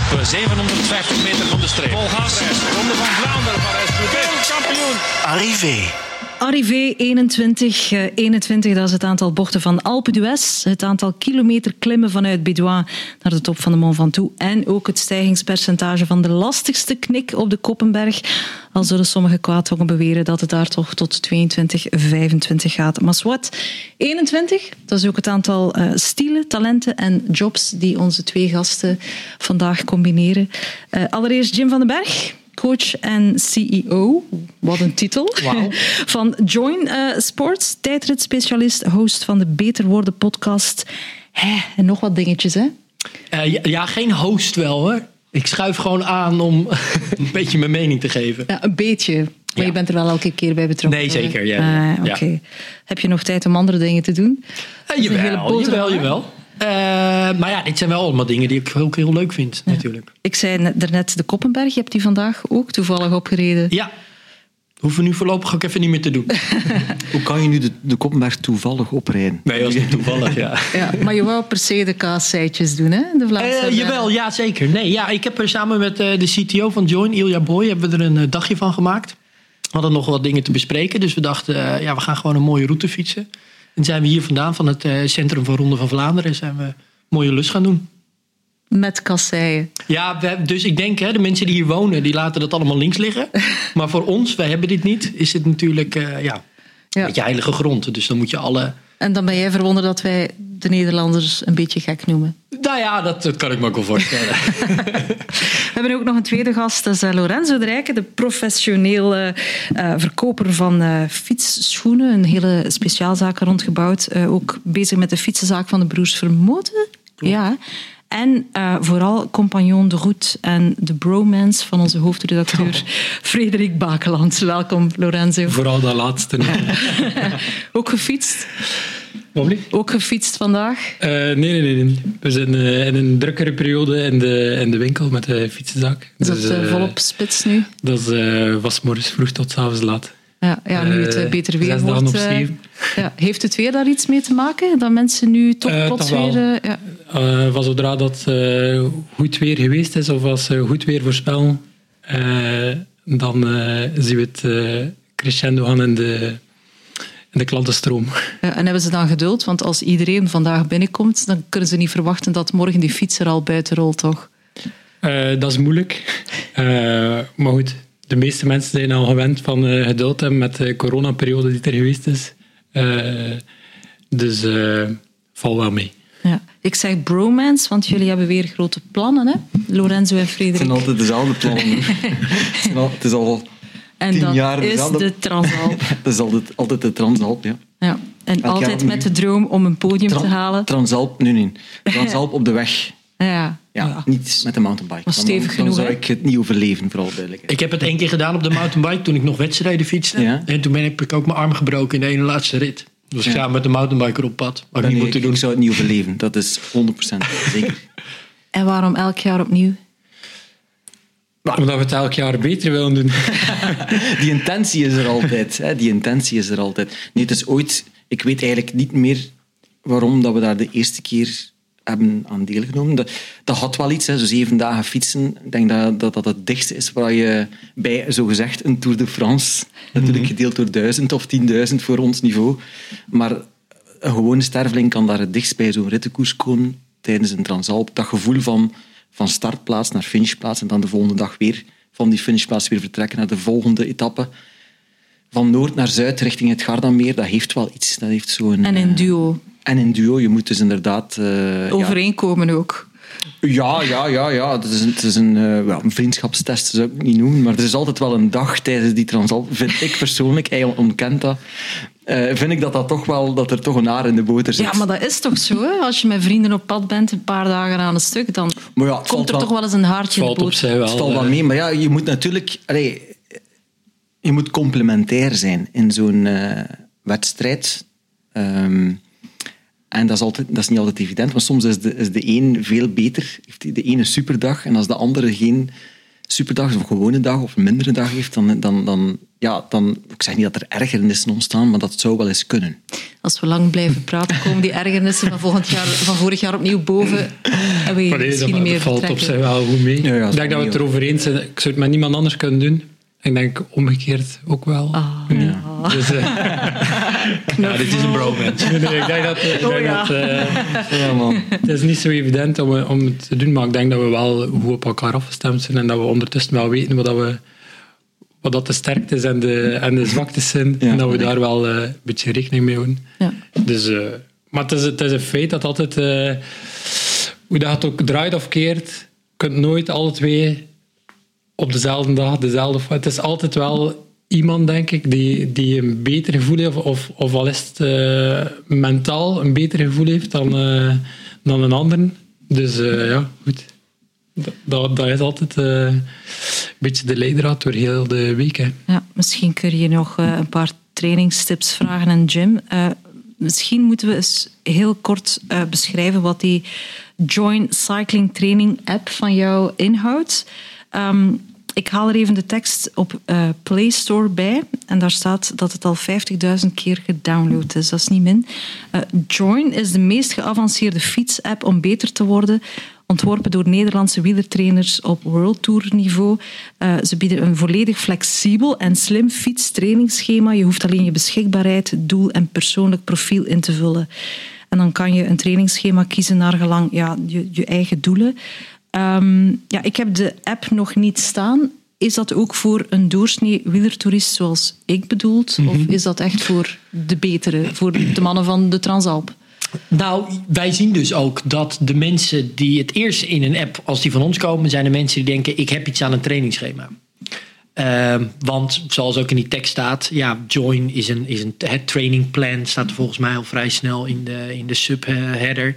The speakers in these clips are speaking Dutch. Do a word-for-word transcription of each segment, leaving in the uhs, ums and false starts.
op zevenhonderdvijftig meter van de streep. Vol gas. Ronde van Vlaanderen, Parijs-Roubaix, kampioen. Arrivé. Arrivé eenentwintig. Uh, eenentwintig, dat is het aantal bochten van Alpe d'Huez. Het aantal kilometer klimmen vanuit Bédoin naar de top van de Mont Ventoux. En ook het stijgingspercentage van de lastigste knik op de Koppenberg. Al zullen sommige kwaadwongen beweren dat het daar toch tot tweeëntwintig, vijfentwintig gaat. Maar zwart, eenentwintig, dat is ook het aantal uh, stielen, talenten en jobs die onze twee gasten vandaag combineren. Uh, allereerst Jim van den Berg, coach en C E O, wat een titel, wow. van Join uh, Sports, tijdritspecialist, host van de Beter Worden podcast. Hè, en nog wat dingetjes, hè? Uh, ja, ja, geen host wel, hoor. Ik schuif gewoon aan om een beetje mijn mening te geven. Ja, een beetje. Maar ja. Je bent er wel elke keer bij betrokken. Nee, zeker. Ja. Uh, Oké. Okay. Ja. Heb je nog tijd om andere dingen te doen? Uh, jawel, jawel, jawel. Uh, maar ja, dit zijn wel allemaal dingen die ik ook heel leuk vind, ja. natuurlijk. Ik zei daarnet de Koppenberg. Je hebt die vandaag ook toevallig opgereden. Ja. Hoeven we nu voorlopig ook even niet meer te doen. Hoe kan je nu de, de Koppenberg toevallig oprijden? Nee, dat is niet toevallig, ja. ja. Maar je wou per se de kaasseitjes doen, hè? De Vlaamse uh, jawel, ja, zeker. Nee, ja, ik heb er samen met uh, de C T O van Join, Ilja Boy, hebben we er een uh, dagje van gemaakt. We hadden nog wat dingen te bespreken, dus we dachten, uh, ja, we gaan gewoon een mooie route fietsen. En zijn we hier vandaan, van het uh, centrum van Ronde van Vlaanderen, zijn we een mooie lus gaan doen. Met kasseien. Ja, we, dus ik denk, hè, de mensen die hier wonen, die laten dat allemaal links liggen. Maar voor ons, wij hebben dit niet, is het natuurlijk uh, ja, ja. een beetje heilige grond. Dus dan moet je alle... En dan ben jij verwonderd dat wij de Nederlanders een beetje gek noemen. Nou ja, dat, dat kan ik me ook wel voorstellen. We hebben ook nog een tweede gast, dat is Lorenzo de Rijke, de professionele uh, verkoper van uh, fietsschoenen. Een hele speciaalzaak rondgebouwd. Uh, ook bezig met de fietsenzaak van de broers Vermoten. Ja. En uh, vooral compagnon de route en de bromance van onze hoofdredacteur oh. Frederik Bakeland. Welkom, Lorenzo. Vooral dat laatste. Ook gefietst? Wat Ook gefietst vandaag? Uh, nee, nee, nee. We zijn uh, in een drukkere periode in de, in de winkel met de fietsenzaak. Is dat dus, uh, volop spits nu? Dat is, uh, was morgens vroeg tot 's avonds laat. Ja, ja, nu het uh, beter weer Zes wordt. Op zeven. Uh, ja. Heeft het weer daar iets mee te maken? Dat mensen nu toch uh, plots weer... Uh, ja. uh, van zodra dat uh, goed weer geweest is, of als uh, goed weer voorspellen, uh, dan uh, zien we het uh, crescendo gaan in de, in de klantenstroom. Ja, en hebben ze dan geduld? Want als iedereen vandaag binnenkomt, dan kunnen ze niet verwachten dat morgen die fiets er al buiten rolt, toch? Uh, dat is moeilijk. Uh, maar goed... De meeste mensen zijn al gewend van uh, geduld hebben met de coronaperiode die er geweest is. Uh, dus uh, val wel mee. Ja. Ik zeg bromance, want jullie hebben weer grote plannen, hè? Lorenzo en Frederik. Het zijn altijd dezelfde plannen. het, is al, het is al en tien dat jaar is dezelfde... de Transalp. Het is altijd, altijd de Transalp, ja. ja. En Elk altijd met de droom om een podium Tra- te halen. Transalp, nee, nee. Transalp op de weg. Ja, ja, ja. Niet met de mountainbike. Maar stevig dan, genoeg, dan zou hè? ik het niet overleven, vooral duidelijkheid. Ik heb het één keer gedaan op de mountainbike toen ik nog wedstrijden fietste. Ja. En toen ben ik ook mijn arm gebroken in de ene laatste rit. Dus ik ja. ga met de mountainbiker op pad. Maar nee, niet nee, ik, doen. ik zou het niet overleven. Dat is honderd procent zeker. En waarom elk jaar opnieuw? Omdat we het elk jaar beter willen doen. Die intentie is er altijd. Hè. Die intentie is er altijd. Nee, het is ooit... Ik weet eigenlijk niet meer waarom dat we daar de eerste keer hebben aan deelgenomen. Dat, dat had wel iets, hè. Zo zeven dagen fietsen. Ik denk dat, dat dat het dichtste is waar je bij, zogezegd, een Tour de France, mm-hmm. natuurlijk gedeeld door duizend of tienduizend voor ons niveau. Maar een gewone sterveling kan daar het dichtst bij zo'n rittenkoers komen tijdens een Transalp. Dat gevoel van, van startplaats naar finishplaats en dan de volgende dag weer van die finishplaats weer vertrekken naar de volgende etappe. Van noord naar zuid richting het Gardameer, dat heeft wel iets. Dat heeft zo'n, en in duo. En in duo, je moet dus inderdaad... Uh, Overeenkomen ja. ook. Ja, ja, ja, ja. Het is een, het is een, uh, well, een vriendschapstest, zou ik het niet noemen. Maar er is altijd wel een dag tijdens die Transalp, vind ik persoonlijk, eigenlijk ontkent dat, uh, vind ik dat, dat, toch wel, dat er toch een aar in de boter zit. Ja, maar dat is toch zo, hè? Als je met vrienden op pad bent, een paar dagen aan een stuk, dan ja, komt er wel, toch wel eens een haartje in de boter. Het valt wel mee, maar ja, je moet natuurlijk... Allee, je moet complementair zijn in zo'n uh, wedstrijd. Um, en dat is, altijd, dat is niet altijd evident, maar soms is de, is de een veel beter, heeft de ene superdag, en als de andere geen superdag of een gewone dag of een mindere dag heeft, dan, dan, dan, ja, dan... Ik zeg niet dat er ergernissen ontstaan, maar dat zou wel eens kunnen. Als we lang blijven praten, komen die ergernissen van, volgend jaar, van vorig jaar opnieuw boven en we Maar nee, misschien dat, niet meer dat valt op vertrekken. zich wel goed mee. Ja, ja, ik denk dat we het erover eens zijn. Ik zou het met niemand anders kunnen doen. Ik denk omgekeerd ook wel. Ah, Nee. ja. Dus, uh, Ja, dit is een bromance. nee, nee, ik denk dat, ik denk Oh, ja. dat uh, Ja, man. het is niet zo evident om, om het te doen, maar ik denk dat we wel goed op elkaar afgestemd zijn en dat we ondertussen wel weten wat, dat we, wat dat de sterktes en de, en de zwaktes zijn Ja. en dat we daar wel uh, een beetje rekening mee houden. Ja. Dus, uh, maar het is, het is een feit dat altijd, uh, hoe dat het ook draait of keert, je kunt nooit alle twee op dezelfde dag, dezelfde. Het is altijd wel iemand, denk ik, die, die een beter gevoel heeft, of, of al is het uh, mentaal een beter gevoel heeft dan, uh, dan een ander. Dus uh, ja, goed. Dat, dat is altijd uh, een beetje de leidraad door heel de week. Hè. Ja, misschien kun je nog uh, een paar trainingstips vragen aan Jim. Uh, misschien moeten we eens heel kort uh, beschrijven wat die Join Cycling Training app van jou inhoudt. Um, ik haal er even de tekst op uh, Play Store bij. En daar staat dat het al vijftigduizend keer gedownload is. Dat is niet min. Uh, Join is de meest geavanceerde fietsapp om beter te worden. Ontworpen door Nederlandse wielertrainers op World Tour niveau. Uh, ze bieden een volledig flexibel en slim fietstrainingsschema. Je hoeft alleen je beschikbaarheid, doel en persoonlijk profiel in te vullen. En dan kan je een trainingsschema kiezen naar gelang ja, je, je eigen doelen. Um, ja, ik heb de app nog niet staan. Is dat ook voor een doorsnee wielertoerist zoals ik bedoeld? Mm-hmm. Of is dat echt voor de betere, voor de mannen van de Transalp? Nou, wij zien dus ook dat de mensen die het eerst in een app, als die van ons komen, zijn de mensen die denken, ik heb iets aan een trainingsschema. Uh, want zoals ook in die tekst staat, ja, Join is een, is een het training plan, staat er volgens mij al vrij snel in de, in de subheader.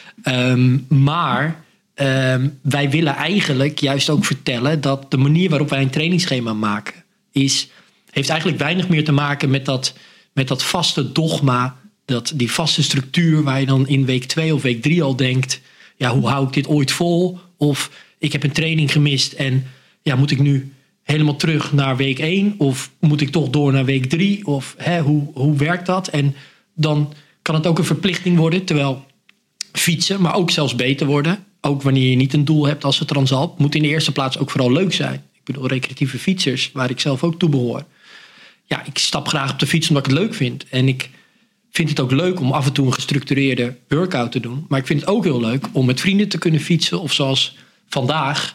Um, maar um, wij willen eigenlijk juist ook vertellen dat de manier waarop wij een trainingsschema maken, is, heeft eigenlijk weinig meer te maken met dat, met dat vaste dogma, dat die vaste structuur waar je dan in week twee of week drie al denkt, ja, hoe hou ik dit ooit vol? Of ik heb een training gemist en ja, moet ik nu helemaal terug naar week één? Of moet ik toch door naar week drie? Of hè, hoe, hoe werkt dat? En dan kan het ook een verplichting worden, terwijl fietsen, maar ook zelfs beter worden. Ook wanneer je niet een doel hebt als het Transalp, moet in de eerste plaats ook vooral leuk zijn. Ik bedoel, recreatieve fietsers, waar ik zelf ook toe behoor. Ja, ik stap graag op de fiets omdat ik het leuk vind. En ik vind het ook leuk om af en toe een gestructureerde workout te doen. Maar ik vind het ook heel leuk om met vrienden te kunnen fietsen. Of zoals vandaag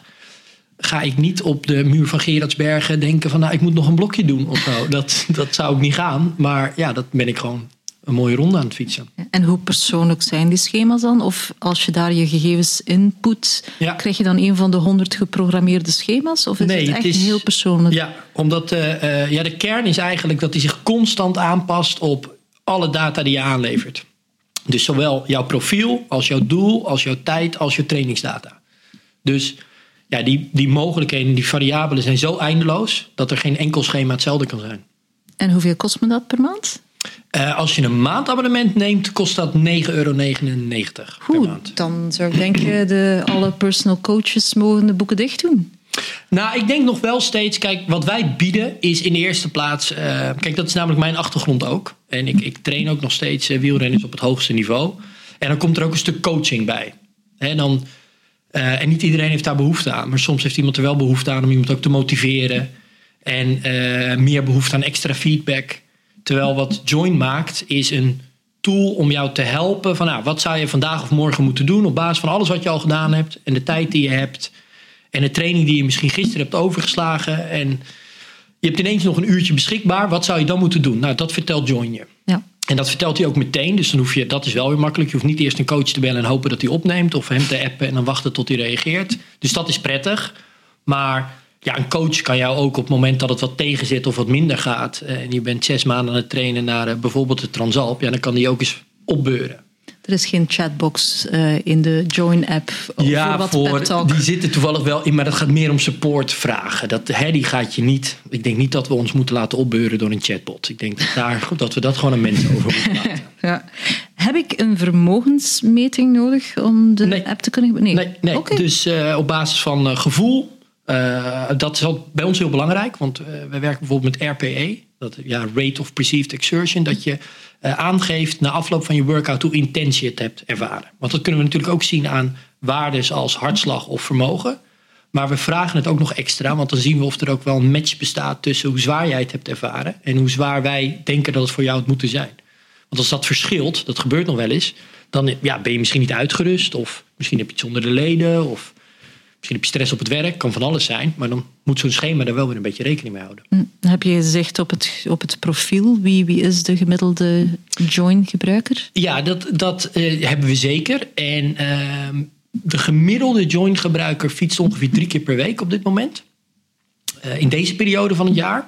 ga ik niet op de muur van Gerardsbergen denken van, nou, ik moet nog een blokje doen of zo. Dat, dat zou ik niet gaan. Maar ja, dat ben ik gewoon een mooie ronde aan het fietsen. En hoe persoonlijk zijn die schema's dan? Of als je daar je gegevens input, ja. krijg je dan een van de honderd geprogrammeerde schema's? Of is nee, het echt het is, heel persoonlijk? Ja, omdat uh, uh, ja, de kern is eigenlijk dat hij zich constant aanpast op alle data die je aanlevert. Dus zowel jouw profiel, als jouw doel, als jouw tijd, als je trainingsdata. Dus ja, die, die mogelijkheden, die variabelen zijn zo eindeloos dat er geen enkel schema hetzelfde kan zijn. En hoeveel kost me dat per maand? Uh, als je een maandabonnement neemt, kost dat negen euro negenennegentig per maand. Dan zou ik denken, de, alle personal coaches mogen de boeken dicht doen. Nou, ik denk nog wel steeds, kijk, wat wij bieden is in de eerste plaats, uh, kijk, dat is namelijk mijn achtergrond ook. En ik, ik train ook nog steeds uh, wielrenners op het hoogste niveau. En dan komt er ook een stuk coaching bij. En, dan, uh, en niet iedereen heeft daar behoefte aan, maar soms heeft iemand er wel behoefte aan om iemand ook te motiveren. En uh, meer behoefte aan extra feedback. Terwijl wat Join maakt is een tool om jou te helpen van, nou, wat zou je vandaag of morgen moeten doen op basis van alles wat je al gedaan hebt en de tijd die je hebt. En de training die je misschien gisteren hebt overgeslagen. En je hebt ineens nog een uurtje beschikbaar. Wat zou je dan moeten doen? Nou, dat vertelt Join je. Ja. En dat vertelt hij ook meteen. Dus dan hoef je, dat is wel weer makkelijk. Je hoeft niet eerst een coach te bellen en hopen dat hij opneemt. Of hem te appen en dan wachten tot hij reageert. Dus dat is prettig. Maar ja, een coach kan jou ook op het moment dat het wat tegen zit of wat minder gaat. En je bent zes maanden aan het trainen naar bijvoorbeeld de Transalp. Ja, dan kan die ook eens opbeuren. Er is geen chatbox uh, in de Join-app ja, voor wat voor, pep-talk. die zitten toevallig wel in, maar dat gaat meer om supportvragen. Dat, hè, die gaat je niet. Ik denk niet dat we ons moeten laten opbeuren door een chatbot. Ik denk dat, daar, dat we dat gewoon aan mensen over moeten laten. Ja. Heb ik een vermogensmeting nodig om de nee. app te kunnen... Nee, nee, nee. Okay. Dus uh, op basis van uh, gevoel. Uh, dat is ook bij ons heel belangrijk. Want uh, wij werken bijvoorbeeld met R P E. Dat, ja, Rate of Perceived Exertion. Dat je uh, aangeeft na afloop van je workout hoe intens je het hebt ervaren. Want dat kunnen we natuurlijk ook zien aan waardes als hartslag of vermogen. Maar we vragen het ook nog extra, want dan zien we of er ook wel een match bestaat tussen hoe zwaar jij het hebt ervaren en hoe zwaar wij denken dat het voor jou het moeten zijn. Want als dat verschilt, dat gebeurt nog wel eens, dan ja, ben je misschien niet uitgerust of misschien heb je iets onder de leden of misschien heb je stress op het werk, kan van alles zijn. Maar dan moet zo'n schema daar wel weer een beetje rekening mee houden. Heb je gezegd op het, op het profiel, wie, wie is de gemiddelde Join-gebruiker? Ja, dat, dat uh, hebben we zeker. En uh, de gemiddelde Join-gebruiker fietst ongeveer drie keer per week op dit moment. Uh, in deze periode van het jaar.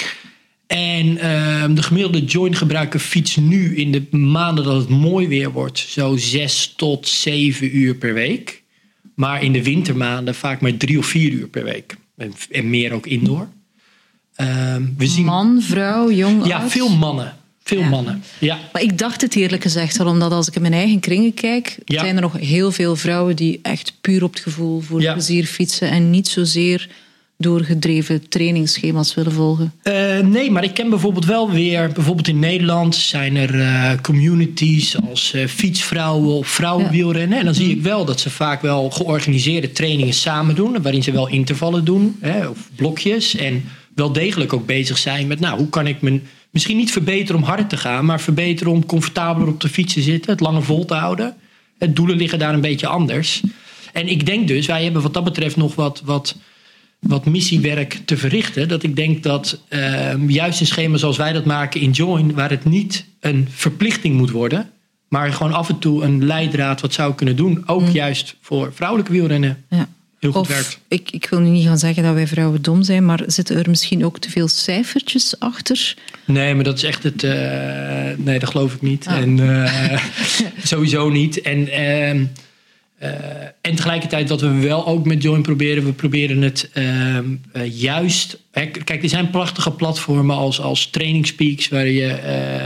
En uh, de gemiddelde Join-gebruiker fietst nu in de maanden dat het mooi weer wordt zo zes tot zeven uur per week. Maar in de wintermaanden vaak maar drie of vier uur per week. En, en meer ook indoor. Uh, we zien... Man, vrouw, jong, Ja, oud? veel mannen. Veel Ja. mannen, ja. Maar ik dacht het eerlijk gezegd wel, omdat als ik in mijn eigen kringen kijk, Ja. zijn er nog heel veel vrouwen die echt puur op het gevoel voor Ja. plezier fietsen en niet zozeer doorgedreven trainingsschema's willen volgen. Uh, nee, maar ik ken bijvoorbeeld wel weer... Bijvoorbeeld in Nederland zijn er uh, communities als uh, fietsvrouwen of vrouwenwielrennen. En dan zie ik wel dat ze vaak wel georganiseerde trainingen samen doen. Waarin ze wel intervallen doen, hè, of blokjes. En wel degelijk ook bezig zijn met... nou, hoe kan ik me misschien niet verbeteren om harder te gaan... maar verbeteren om comfortabeler op de fiets te zitten. Het langer vol te houden. Het doelen liggen daar een beetje anders. En ik denk dus, wij hebben wat dat betreft nog wat... wat wat missiewerk te verrichten. Dat ik denk dat uh, juist een schema zoals wij dat maken in Join... waar het niet een verplichting moet worden... maar gewoon af en toe een leidraad wat zou kunnen doen. Ook mm. juist voor vrouwelijke wielrennen. Ja. Heel goed of, werkt. Ik, ik wil nu niet gaan zeggen dat wij vrouwen dom zijn... maar zitten er misschien ook te veel cijfertjes achter? Nee, maar dat is echt het... Uh, nee, dat geloof ik niet. Ah. En uh, sowieso niet. En... Uh, Uh, en tegelijkertijd wat we wel ook met Join proberen... we proberen het uh, uh, juist... Hè, kijk, er zijn prachtige platformen als, als Trainingspeaks... waar je,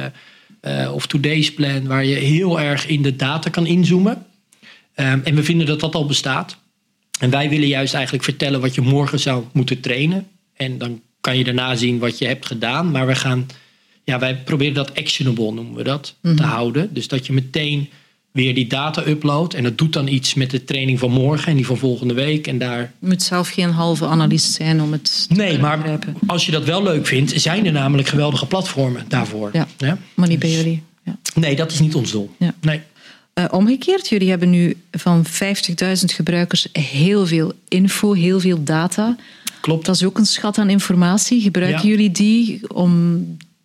uh, uh, of Today's Plan... waar je heel erg in de data kan inzoomen. Um, en we vinden dat dat al bestaat. En wij willen juist eigenlijk vertellen... wat je morgen zou moeten trainen. En dan kan je daarna zien wat je hebt gedaan. Maar we gaan... Ja, wij proberen dat actionable, noemen we dat, mm-hmm. te houden. Dus dat je meteen... weer die data upload. En dat doet dan iets met de training van morgen en die van volgende week. En daar... Je moet zelf geen halve analist zijn om het te Nee, maar begrijpen. Als je dat wel leuk vindt, zijn er namelijk geweldige platformen daarvoor. Ja, ja? maar niet bij jullie. Ja. Nee, dat is niet ons doel. Ja. Nee. Uh, omgekeerd, jullie hebben nu van vijftigduizend gebruikers heel veel info, heel veel data. Klopt. Dat is ook een schat aan informatie. Gebruiken Ja. jullie die om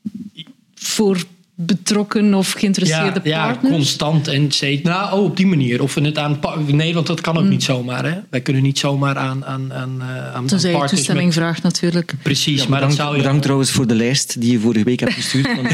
voor betrokken of geïnteresseerde ja, partners? Ja, constant en steeds. Nou, oh, op die manier. Of we het aan... Nee, want dat kan ook mm. niet zomaar. Hè? Wij kunnen niet zomaar aan, aan, aan, aan Tenzij je partners toestemming met... vraagt natuurlijk. Precies, Ja, maar bedankt, dan zou je... Bedankt trouwens voor de lijst die je vorige week hebt gestuurd. Want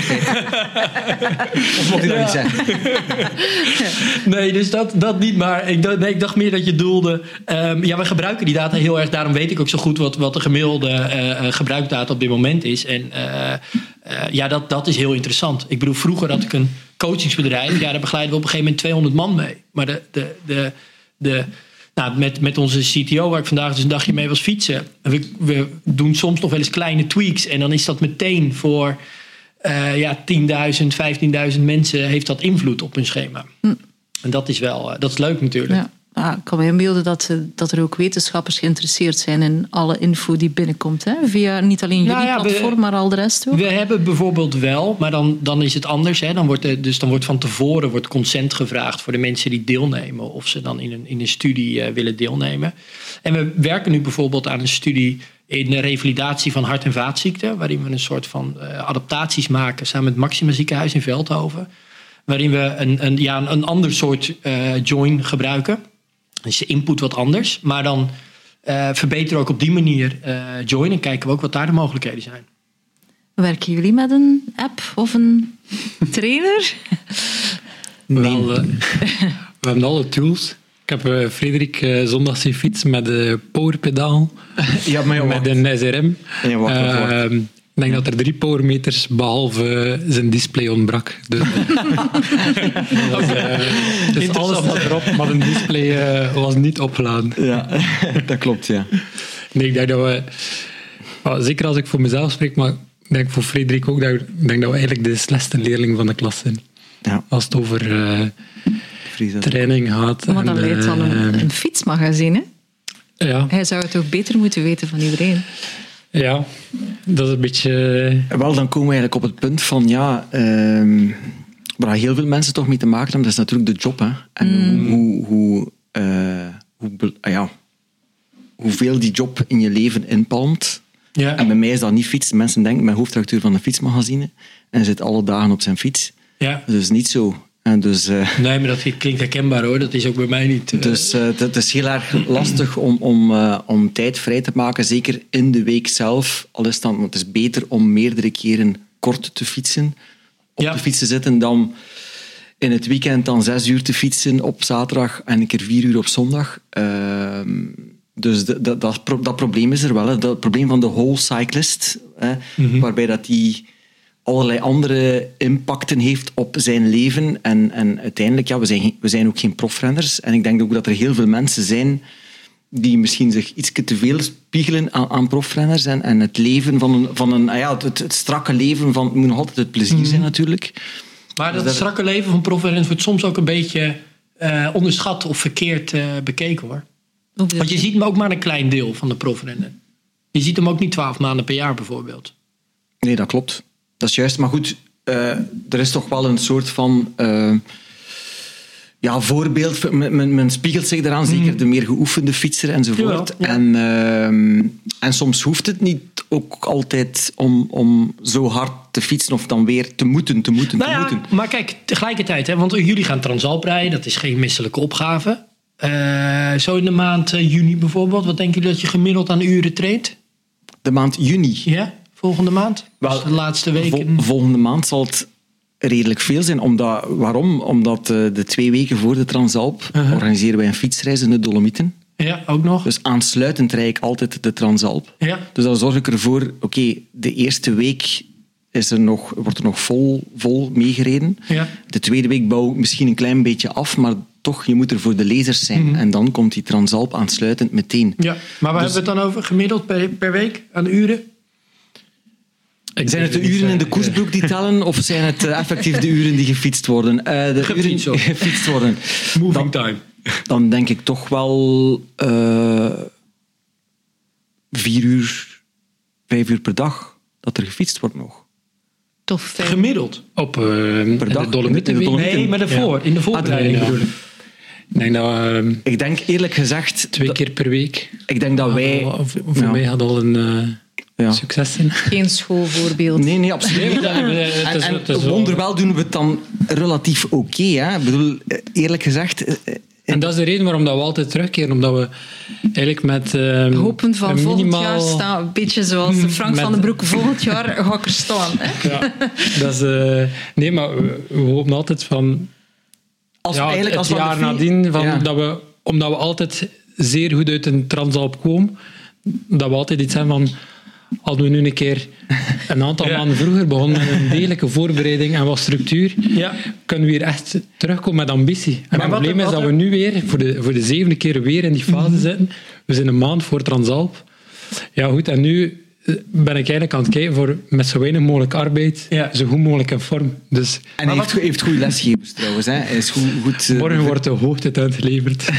of mocht je dat ja. niet zeggen? Nee, dus dat, dat niet. Maar ik dacht, nee, ik dacht meer dat je doelde... Um, ja, we gebruiken die data heel erg. Daarom weet ik ook zo goed wat, wat de gemiddelde uh, gebruikdata op dit moment is. En uh, uh, ja, dat, dat is heel interessant. Ik bedoel, vroeger had ik een coachingsbedrijf. Ja, daar begeleiden we op een gegeven moment tweehonderd man mee. Maar de... de, de, de Nou, met, met onze C T O, waar ik vandaag dus een dagje mee was fietsen. We, we doen soms nog wel eens kleine tweaks. En dan is dat meteen voor uh, ja, tienduizend, vijftienduizend mensen... heeft dat invloed op hun schema. Hm. En dat is wel uh, dat is leuk natuurlijk. Ja. Ah, ik kan me inbeelden dat, dat er ook wetenschappers geïnteresseerd zijn... in alle info die binnenkomt. Hè? Via niet alleen jullie nou ja, platform, we, maar al de rest ook. We hebben bijvoorbeeld wel, maar dan, dan is het anders. Hè? Dan wordt er, dus dan wordt van tevoren wordt consent gevraagd... voor de mensen die deelnemen... of ze dan in een, in een studie uh, willen deelnemen. En we werken nu bijvoorbeeld aan een studie... in de revalidatie van hart- en vaatziekten... waarin we een soort van uh, adaptaties maken... samen met Maxima Ziekenhuis in Veldhoven... waarin we een, een, ja, een, een ander soort uh, join gebruiken... Dus de input wat anders. Maar dan uh, verbeteren we ook op die manier uh, Join. En kijken we ook wat daar de mogelijkheden zijn. Werken jullie met een app of een trainer? Nee. Wel, uh, we hebben alle tools. Ik heb uh, Frederik uh, zondag zien fietsen met een powerpedaal. Ja, maar ja, met een S R M. Ja, wacht, wacht. Uh, ik denk dat er drie powermeters behalve zijn display ontbrak. Dus, was, uh, dus alles zat erop, maar een display uh, was niet opgeladen. Ja, dat klopt, ja. Nee, ik denk dat we... Well, zeker als ik voor mezelf spreek, maar ik denk voor Frederik ook, dat ik denk dat we eigenlijk de slechtste leerling van de klas zijn. Ja. Als het over uh, vrees dat. training gaat. Maar en, dan leidt dan eh, een, een fietsmagazine. Ja, Hij zou het toch beter moeten weten van iedereen. ja, dat is een beetje... Wel, dan komen we eigenlijk op het punt van, ja, ehm, waar heel veel mensen toch mee te maken hebben, dat is natuurlijk de job. Hè. En Mm. hoe, hoe, eh, hoe, be- ah ja, hoeveel die job in je leven inpalmt. Ja. En bij mij is dat niet fiets. Mensen denken, ik ben hoofdredacteur van een fietsmagazine en zit alle dagen op zijn fiets. Ja. Dat is niet zo. En dus... eh, Nee, maar dat klinkt herkenbaar hoor. Dat is ook bij mij niet. eh, Dus uh, het is heel erg lastig om, om, uh, om tijd vrij te maken, zeker in de week zelf. Al is het dan, want het is beter om meerdere keren kort te fietsen, op Ja. de fiets te zitten, dan in het weekend dan zes uur te fietsen op zaterdag en een keer vier uur op zondag. Uh, dus de, de, dat, dat probleem is er wel. Hè. Dat probleem van de whole cyclist, hè, Mhm. waarbij dat die allerlei andere impacten heeft op zijn leven. En, en uiteindelijk, ja, we zijn, geen- we zijn ook geen profrenners. En ik denk ook dat er heel veel mensen zijn die misschien zich iets te veel spiegelen aan, aan profrenners. En, en het leven van een... Van een ah ja, het, het strakke leven van... Het moet nog altijd het plezier zijn, natuurlijk. Maar dat dat- strakke leven van profrenners wordt soms ook een beetje eh, onderschat of verkeerd eh, bekeken hoor. Hoe bedoel Want je je? ziet hem ook maar een klein deel van de profrenner. Je ziet hem ook niet twaalf maanden per jaar bijvoorbeeld. Nee, dat klopt. Dat is juist. Maar goed, eh, er is toch wel een soort van... eh, ja, voorbeeld. Men, men, men spiegelt zich daaraan, zeker de meer geoefende fietser enzovoort. Jawel, ja. En, eh, en soms hoeft het niet ook altijd om, om zo hard te fietsen of dan weer te moeten, te moeten, Nou te ja, moeten. maar kijk, tegelijkertijd, hè, want jullie gaan Transalp rijden, dat is geen misselijke opgave. Eh, zo in de maand eh, juni bijvoorbeeld, wat denken jullie dat je gemiddeld aan uren traint? De maand juni. Ja, volgende maand? Wel, Dus de laatste weken. Vol- volgende maand zal het redelijk veel zijn. Omdat, waarom? Omdat eh, de twee weken voor de Transalp Uh-huh. organiseren wij een fietsreis in de Dolomieten. Ja, ook nog. Dus aansluitend rijd ik altijd de Transalp. Ja. Dus dan zorg ik ervoor, oké, de eerste week is er nog, wordt er nog vol, vol meegereden. Ja. De tweede week bouw ik misschien een klein beetje af, maar toch, je moet er voor de lezers zijn. Mhm. En dan komt die Transalp aansluitend meteen. Ja, maar waar Dus- hebben we het dan over? Gemiddeld per, per week aan uren? Zijn het de uren in de koersbroek die tellen, of zijn het eh, effectief de uren die gefietst worden? Eh, de Gefietst uren worden. gefietst worden. Moving Dan- time. Dan denk ik toch wel eh, vier uur, vijf uur per dag dat er gefietst wordt nog. Toch fijn. Gemiddeld? Op uh, dag. de Dolomieten. In de week. Dolomieten. Nee, maar daarvoor, in de voorbereiding ja. bedoel ik. Ik denk dat uh, Ik denk eerlijk gezegd... twee dat- keer per week. Ik denk dat wij... Al- voor voor ja. mij gaat al een uh, Ja. succes zijn. Geen schoolvoorbeeld. Nee, nee, absoluut niet. Nee, maar dat- het En, is- en het is wel- wonderwel doen we het dan relatief oké. hè. Ik bedoel, eh, eerlijk gezegd... eh, eh, En dat is de reden waarom dat we altijd terugkeren. Omdat we eigenlijk met uh, Hopen van een volgend minimaal... jaar staan. Een beetje zoals de Frank Met- van den Broek. Volgend jaar ga ik er staan. Hè? Ja, dat is... Uh, nee, maar we, we hopen altijd van... als we ja, eigenlijk, als het we aan jaar de fi- nadien, van, Ja. dat we, omdat we altijd zeer goed uit een Transalp komen, dat we altijd iets hebben van... Hadden we nu een keer een aantal Ja. maanden vroeger begonnen met een degelijke voorbereiding en wat structuur, Ja. kunnen we hier echt terugkomen met ambitie. En Maar het wat- probleem is wat- dat we nu weer, voor de, voor de zevende keer weer in die fase zitten. We zijn een maand voor Transalp. Ja goed, en nu eh, ben ik eigenlijk aan het kijken voor met zo weinig mogelijk arbeid, Ja. zo goed mogelijk in vorm. Dus En hij heeft, heeft goede lesgevers trouwens. Hè. Hij is goed... goed eh, morgen wordt de hoogtetent geleverd.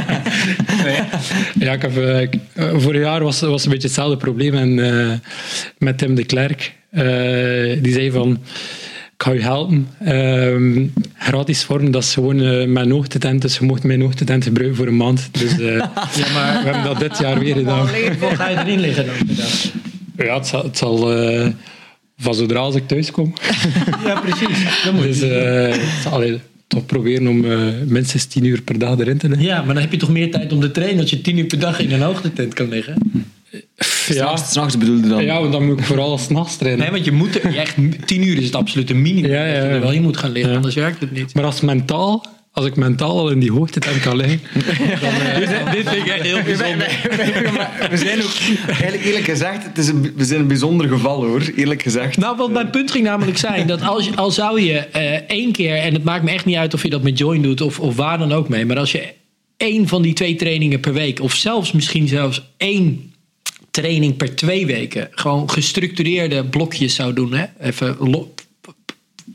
Ja, ik heb, eh, ik- eh, vorig jaar was, was een beetje hetzelfde probleem en, eh, met Tim de Klerk. Eh, die zei van, ik ga je helpen. Ehm, gratis vorm, dat is gewoon eh, mijn hoogtetent, dus je mocht mijn hoogtetent gebruiken voor een maand. Dus eh, Ja, maar we hebben dat dit jaar weer gedaan. hoe ga je erin liggen dan? inderdaad? Ja, het zal, het zal eh, van zodra als ik thuis kom. Ja, precies. Dat moet Dus je. eh, ik zal allee, toch proberen om eh, minstens tien uur per dag erin te liggen. Ja, maar dan heb je toch meer tijd om te trainen als je tien uur per dag in een hoogtetent kan liggen? Ja, S'nachts, s'nachts bedoelde dan. ja, want dan moet ik vooral s'nachts trainen. Nee, want je moet er, je echt, tien uur is het absolute minimum. Ja, ja, dat je er ja. wel in moet gaan liggen, Ja. anders werkt het niet. Maar als mentaal, als ik mentaal al in die hoogtetent kan liggen, dan, eh, Dit vind ik echt heel bijzonder. We zijn ook, eigenlijk eerlijk gezegd, het is een, we zijn een bijzonder geval hoor, eerlijk gezegd. Nou, wat mijn punt ging namelijk zijn, dat als je, al zou je eh, één keer, en het maakt me echt niet uit of je dat met Join doet of, of waar dan ook mee, maar als je één van die twee trainingen per week, of zelfs misschien zelfs één training per twee weken, gewoon gestructureerde blokjes zou doen, hè? Even lo-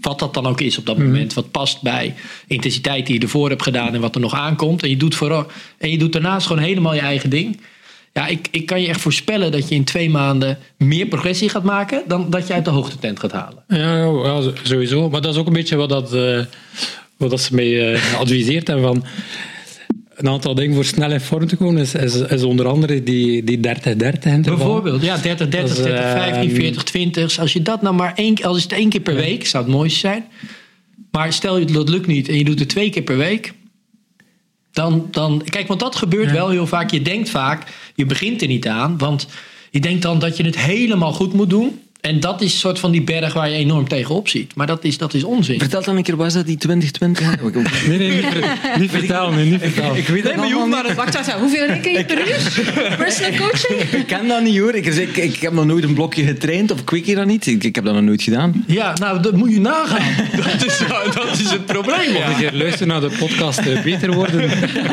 wat dat dan ook is op dat mm. moment. Wat past bij intensiteit die je ervoor hebt gedaan en wat er nog aankomt. En je doet, vooral, en je doet daarnaast gewoon helemaal je eigen ding. Ja, ik, ik kan je echt voorspellen dat je in twee maanden meer progressie gaat maken dan dat je uit de hoogtetent gaat halen. Ja, ja sowieso. Maar dat is ook een beetje wat, dat, uh, wat dat ze mij uh, adviseert. En van een aantal dingen voor snel in vorm te komen is, is, is onder andere die, die dertig dertig. Bijvoorbeeld, ja, dertig dertig, dertig vijftien, veertig twintig. Als je dat nou maar één, als het één keer per week, zou het mooiste zijn. Maar stel je dat lukt niet en je doet het twee keer per week. Dan, dan, kijk, want dat gebeurt ja. wel heel vaak. Je denkt vaak, je begint er niet aan. Want je denkt dan dat je het helemaal goed moet doen. En dat is een soort van die berg waar je enorm tegenop ziet. Maar dat is, dat is onzin. Vertel dan een keer, was dat die twintig twintig? nee, nee, niet, ver, niet vertellen. Nee, niet vertellen. Ik, ik weet nee, maar je hoeft maar wacht, wacht, wacht. Hoeveel reken je per uur? Personal coaching? Ik ken dat niet hoor. Ik, ik, ik heb nog nooit een blokje getraind. Of ik weet je dat niet. Ik, ik heb dat nog nooit gedaan. Ja, nou, dat moet je nagaan. dat, is, dat is het probleem. Of je luistert naar de podcast uh, beter worden.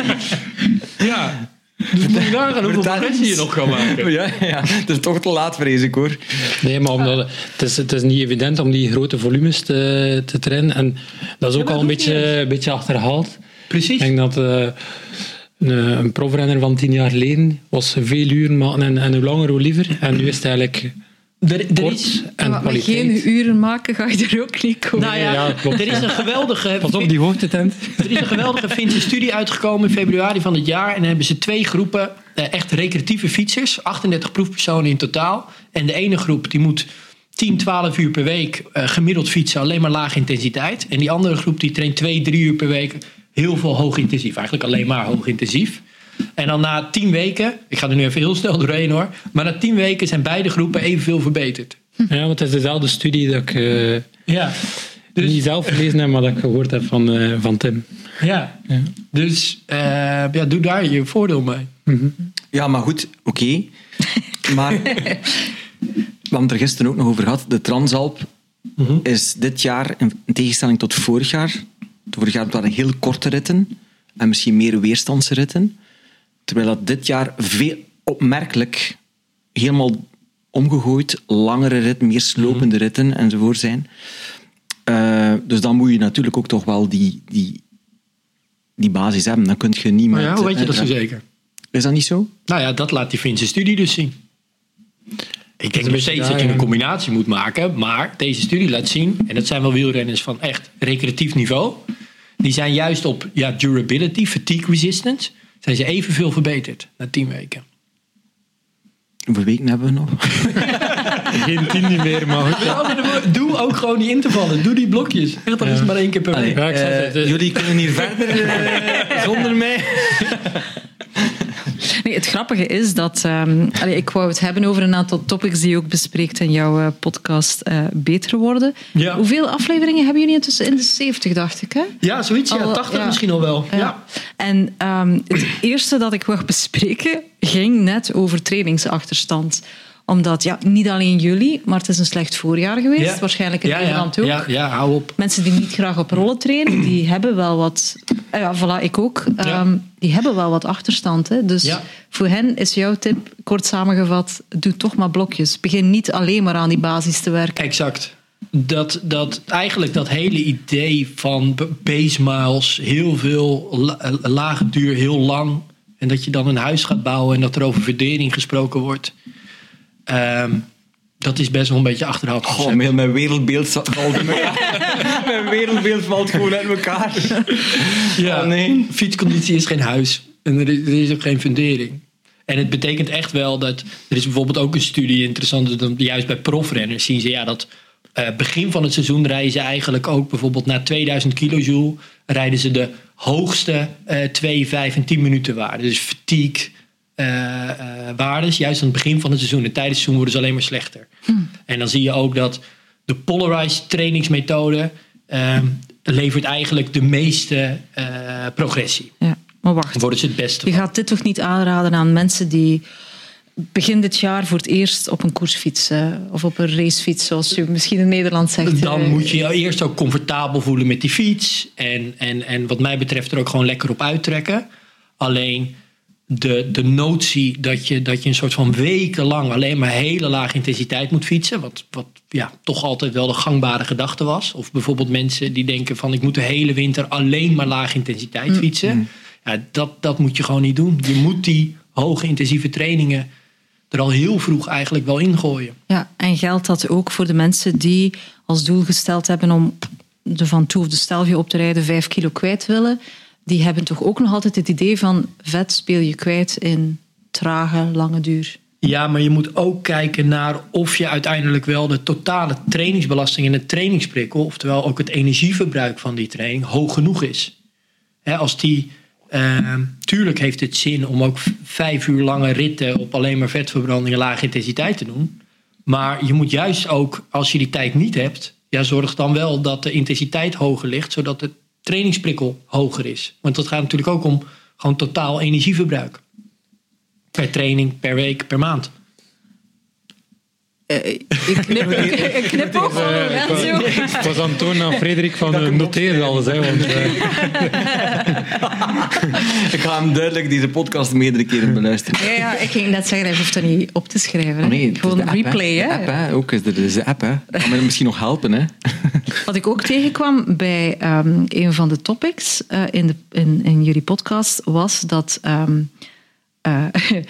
ja. Dus moet je nagaan hoeveel progressie je nog kan maken. Ja, ja, het is toch te laat, vrees ik hoor. Nee, maar omdat, het, is, het is niet evident om die grote volumes te, te trainen. En dat is ook ja, al een beetje, een beetje achterhaald. Precies. Ik denk dat uh, een, een profrenner van tien jaar geleden was veel uren maken en, en hoe langer hoe liever. En nu is het eigenlijk... Er, er is, en maar geen uren maken ga je er ook niet komen. Nou ja, ja klopt, er is een geweldige... Pas op die hoogtetent. Er is een geweldige Finse studie uitgekomen in februari van dit jaar. En dan hebben ze twee groepen, echt recreatieve fietsers. achtendertig proefpersonen in totaal. En de ene groep die moet tien, twaalf uur per week uh, gemiddeld fietsen. Alleen maar lage intensiteit. En die andere groep die traint twee, drie uur per week. Heel veel hoogintensief. Eigenlijk alleen maar hoogintensief. En dan na tien weken, ik ga er nu even heel snel doorheen hoor, maar na tien weken zijn beide groepen evenveel verbeterd. Ja, want het is dezelfde studie dat ik uh, ja, dus, niet zelf gelezen heb, maar dat ik gehoord heb van, uh, van Tim. Ja, ja. dus uh, ja, doe daar je voordeel mee. Mm-hmm. Ja, maar goed, oké. Okay. Maar we hebben het er gisteren ook nog over gehad. De Transalp mm-hmm. is dit jaar, in tegenstelling tot vorig jaar, vorig jaar waren heel korte ritten en misschien meer weerstandsritten. Terwijl dat dit jaar veel opmerkelijk helemaal omgegooid, langere ritten, meer slopende ritten enzovoort zijn. Uh, dus dan moet je natuurlijk ook toch wel die, die, die basis hebben. Dan kun je niet met... Maar ja, hoe weet je dat zo zeker? Is dat niet zo? Nou ja, dat laat die Finse studie dus zien. Ik denk nog steeds dat je een combinatie moet maken, maar deze studie laat zien, en dat zijn wel wielrenners van echt recreatief niveau, die zijn juist op ja, durability, fatigue resistance, zijn ze evenveel verbeterd na tien weken. Hoeveel weken hebben we nog? Geen tien niet meer, maar goed. Ja, doe ook gewoon die intervallen. Doe die blokjes. Echt, dat ja. is maar één keer per week. Ja, uh, uh, jullie kunnen hier verder uh, zonder mij. Nee, het grappige is dat... Um, allee, ik wou het hebben over een aantal topics die je ook bespreekt in jouw uh, podcast uh, Beter Worden. Ja. Hoeveel afleveringen hebben jullie intussen? In de zeventig, dacht ik, hè? Ja, zoiets. Ja, tachtig ja. misschien al wel. Ja. Ja. En um, het eerste dat ik wou bespreken ging net over trainingsachterstand. Omdat, ja, niet alleen jullie, maar het is een slecht voorjaar geweest. Ja. Waarschijnlijk in ja, Nederland ja. ook. Ja, ja, hou op. Mensen die niet graag op rollen trainen, die hebben wel wat... Ja, voilà, ik ook. Ja. Um, die hebben wel wat achterstand. Hè? Dus ja. voor hen is jouw tip, kort samengevat, doe toch maar blokjes. Begin niet alleen maar aan die basis te werken. Exact. Dat, dat eigenlijk dat hele idee van base miles, heel veel la, lage duur, heel lang. En dat je dan een huis gaat bouwen en dat er over verdering gesproken wordt. Um, dat is best wel een beetje achterhaald. Oh, mijn, mijn wereldbeeld valt in elkaar. Mijn wereldbeeld valt gewoon uit elkaar. Ja, oh, nee. Fietsconditie is geen huis. En er is, er is ook geen fundering. En het betekent echt wel dat... Er is bijvoorbeeld ook een studie interessant. Dat juist bij profrenners zien ze ja, dat... Uh, begin van het seizoen rijden ze eigenlijk ook bijvoorbeeld na tweeduizend kilojoule... rijden ze de hoogste uh, twee, vijf en tien minuten waarden. Dus fatigue... Uh, uh, waardes, juist aan het begin van het seizoen. En tijdens het seizoen worden ze alleen maar slechter. Hmm. En dan zie je ook dat de polarized trainingsmethode uh, levert eigenlijk de meeste uh, progressie. Ja, maar wacht. Dan worden ze het beste. Je gaat dit toch niet aanraden aan mensen die begin dit jaar voor het eerst op een koersfiets uh, of op een racefiets, zoals je misschien in Nederland zegt. Dan uh, moet je je eerst ook comfortabel voelen met die fiets. En, en, en wat mij betreft er ook gewoon lekker op uittrekken. Alleen... de, de notie dat je, dat je een soort van wekenlang alleen maar hele lage intensiteit moet fietsen. Wat, wat ja, toch altijd wel de gangbare gedachte was. Of bijvoorbeeld mensen die denken van ik moet de hele winter alleen maar lage intensiteit fietsen. Mm. Ja, dat, dat moet je gewoon niet doen. Je moet die hoge intensieve trainingen er al heel vroeg eigenlijk wel ingooien. Ja, en geldt dat ook voor de mensen die als doel gesteld hebben om de Van Toe of de Stelvio op te rijden vijf kilo kwijt willen? Die hebben toch ook nog altijd het idee van vet speel je kwijt in trage, lange duur. Ja, maar je moet ook kijken naar of je uiteindelijk wel de totale trainingsbelasting en de trainingsprikkel, oftewel ook het energieverbruik van die training, hoog genoeg is. He, als die, uh, tuurlijk heeft het zin om ook vijf uur lange ritten op alleen maar vetverbranding en lage intensiteit te doen. Maar je moet juist ook, als je die tijd niet hebt, ja, zorg dan wel dat de intensiteit hoger ligt, zodat de trainingsprikkel hoger is. Want dat gaat natuurlijk ook om gewoon totaal energieverbruik. Per training, per week, per maand. Uh, ik knip, ik, ik knip ook. Uh, ja, ik, was, ik was aan het tonen aan Frederik van uh, noteer alles. Hè, want, uh... ik ga hem duidelijk deze podcast meerdere keren beluisteren. Ja, ja, ik ging net zeggen, hij hoeft er niet op te schrijven. Hè. Oh nee, gewoon app, replay. Hè? Hè. De app, hè? Ook is er de app. Hè? Dat kan me misschien nog helpen. Hè? Wat ik ook tegenkwam bij um, een van de topics uh, in, de, in, in jullie podcast was dat... Um, uh,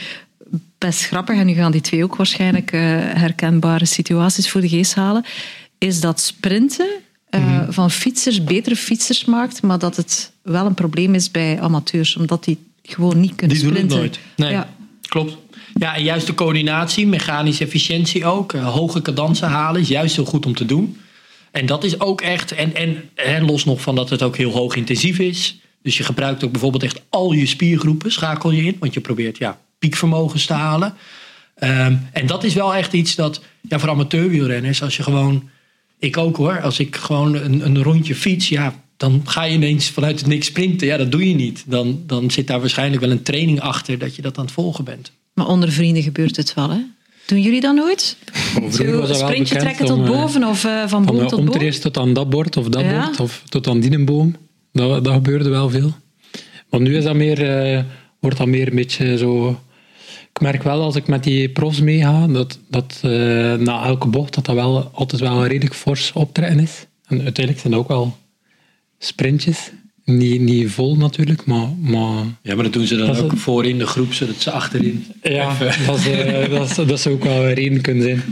best grappig, en nu gaan die twee ook waarschijnlijk uh, herkenbare situaties voor de geest halen, is dat sprinten uh, mm-hmm. van fietsers betere fietsers maakt, maar dat het wel een probleem is bij amateurs, omdat die gewoon niet kunnen die sprinten. Die doen het nooit. Nee, ja. Klopt. Ja, en juist de coördinatie, mechanische efficiëntie ook, uh, hoge cadansen halen is juist heel goed om te doen. En dat is ook echt, en, en, en los nog van dat het ook heel hoog intensief is, dus je gebruikt ook bijvoorbeeld echt al je spiergroepen, schakel je in, want je probeert, ja, piekvermogens te halen. Um, en dat is wel echt iets dat, ja, voor amateurwielrenners, als je gewoon, ik ook hoor, als ik gewoon een, een rondje fiets, ja, dan ga je ineens vanuit het niks sprinten. Ja, dat doe je niet. Dan, dan zit daar waarschijnlijk wel een training achter dat je dat aan het volgen bent. Maar onder vrienden gebeurt het wel, hè? Doen jullie dat nooit? Zo, sprintje trekken tot boven of uh, van boom tot boom? Om te eerst tot aan dat bord of dat ja. bord of tot aan die boom. Dat, dat gebeurde wel veel. Maar nu is dat meer, uh, wordt dat meer een beetje zo... Ik merk wel als ik met die profs meega, dat, dat uh, na elke bocht dat dat wel altijd wel een redelijk fors optrekken is. En uiteindelijk zijn dat ook wel sprintjes. Niet, niet vol natuurlijk, maar, maar... Ja, maar dat doen ze dan ook het... voor in de groep, zodat ze achterin... Ja, dat, is, uh, dat, is, dat zou ook wel een reden kunnen zijn.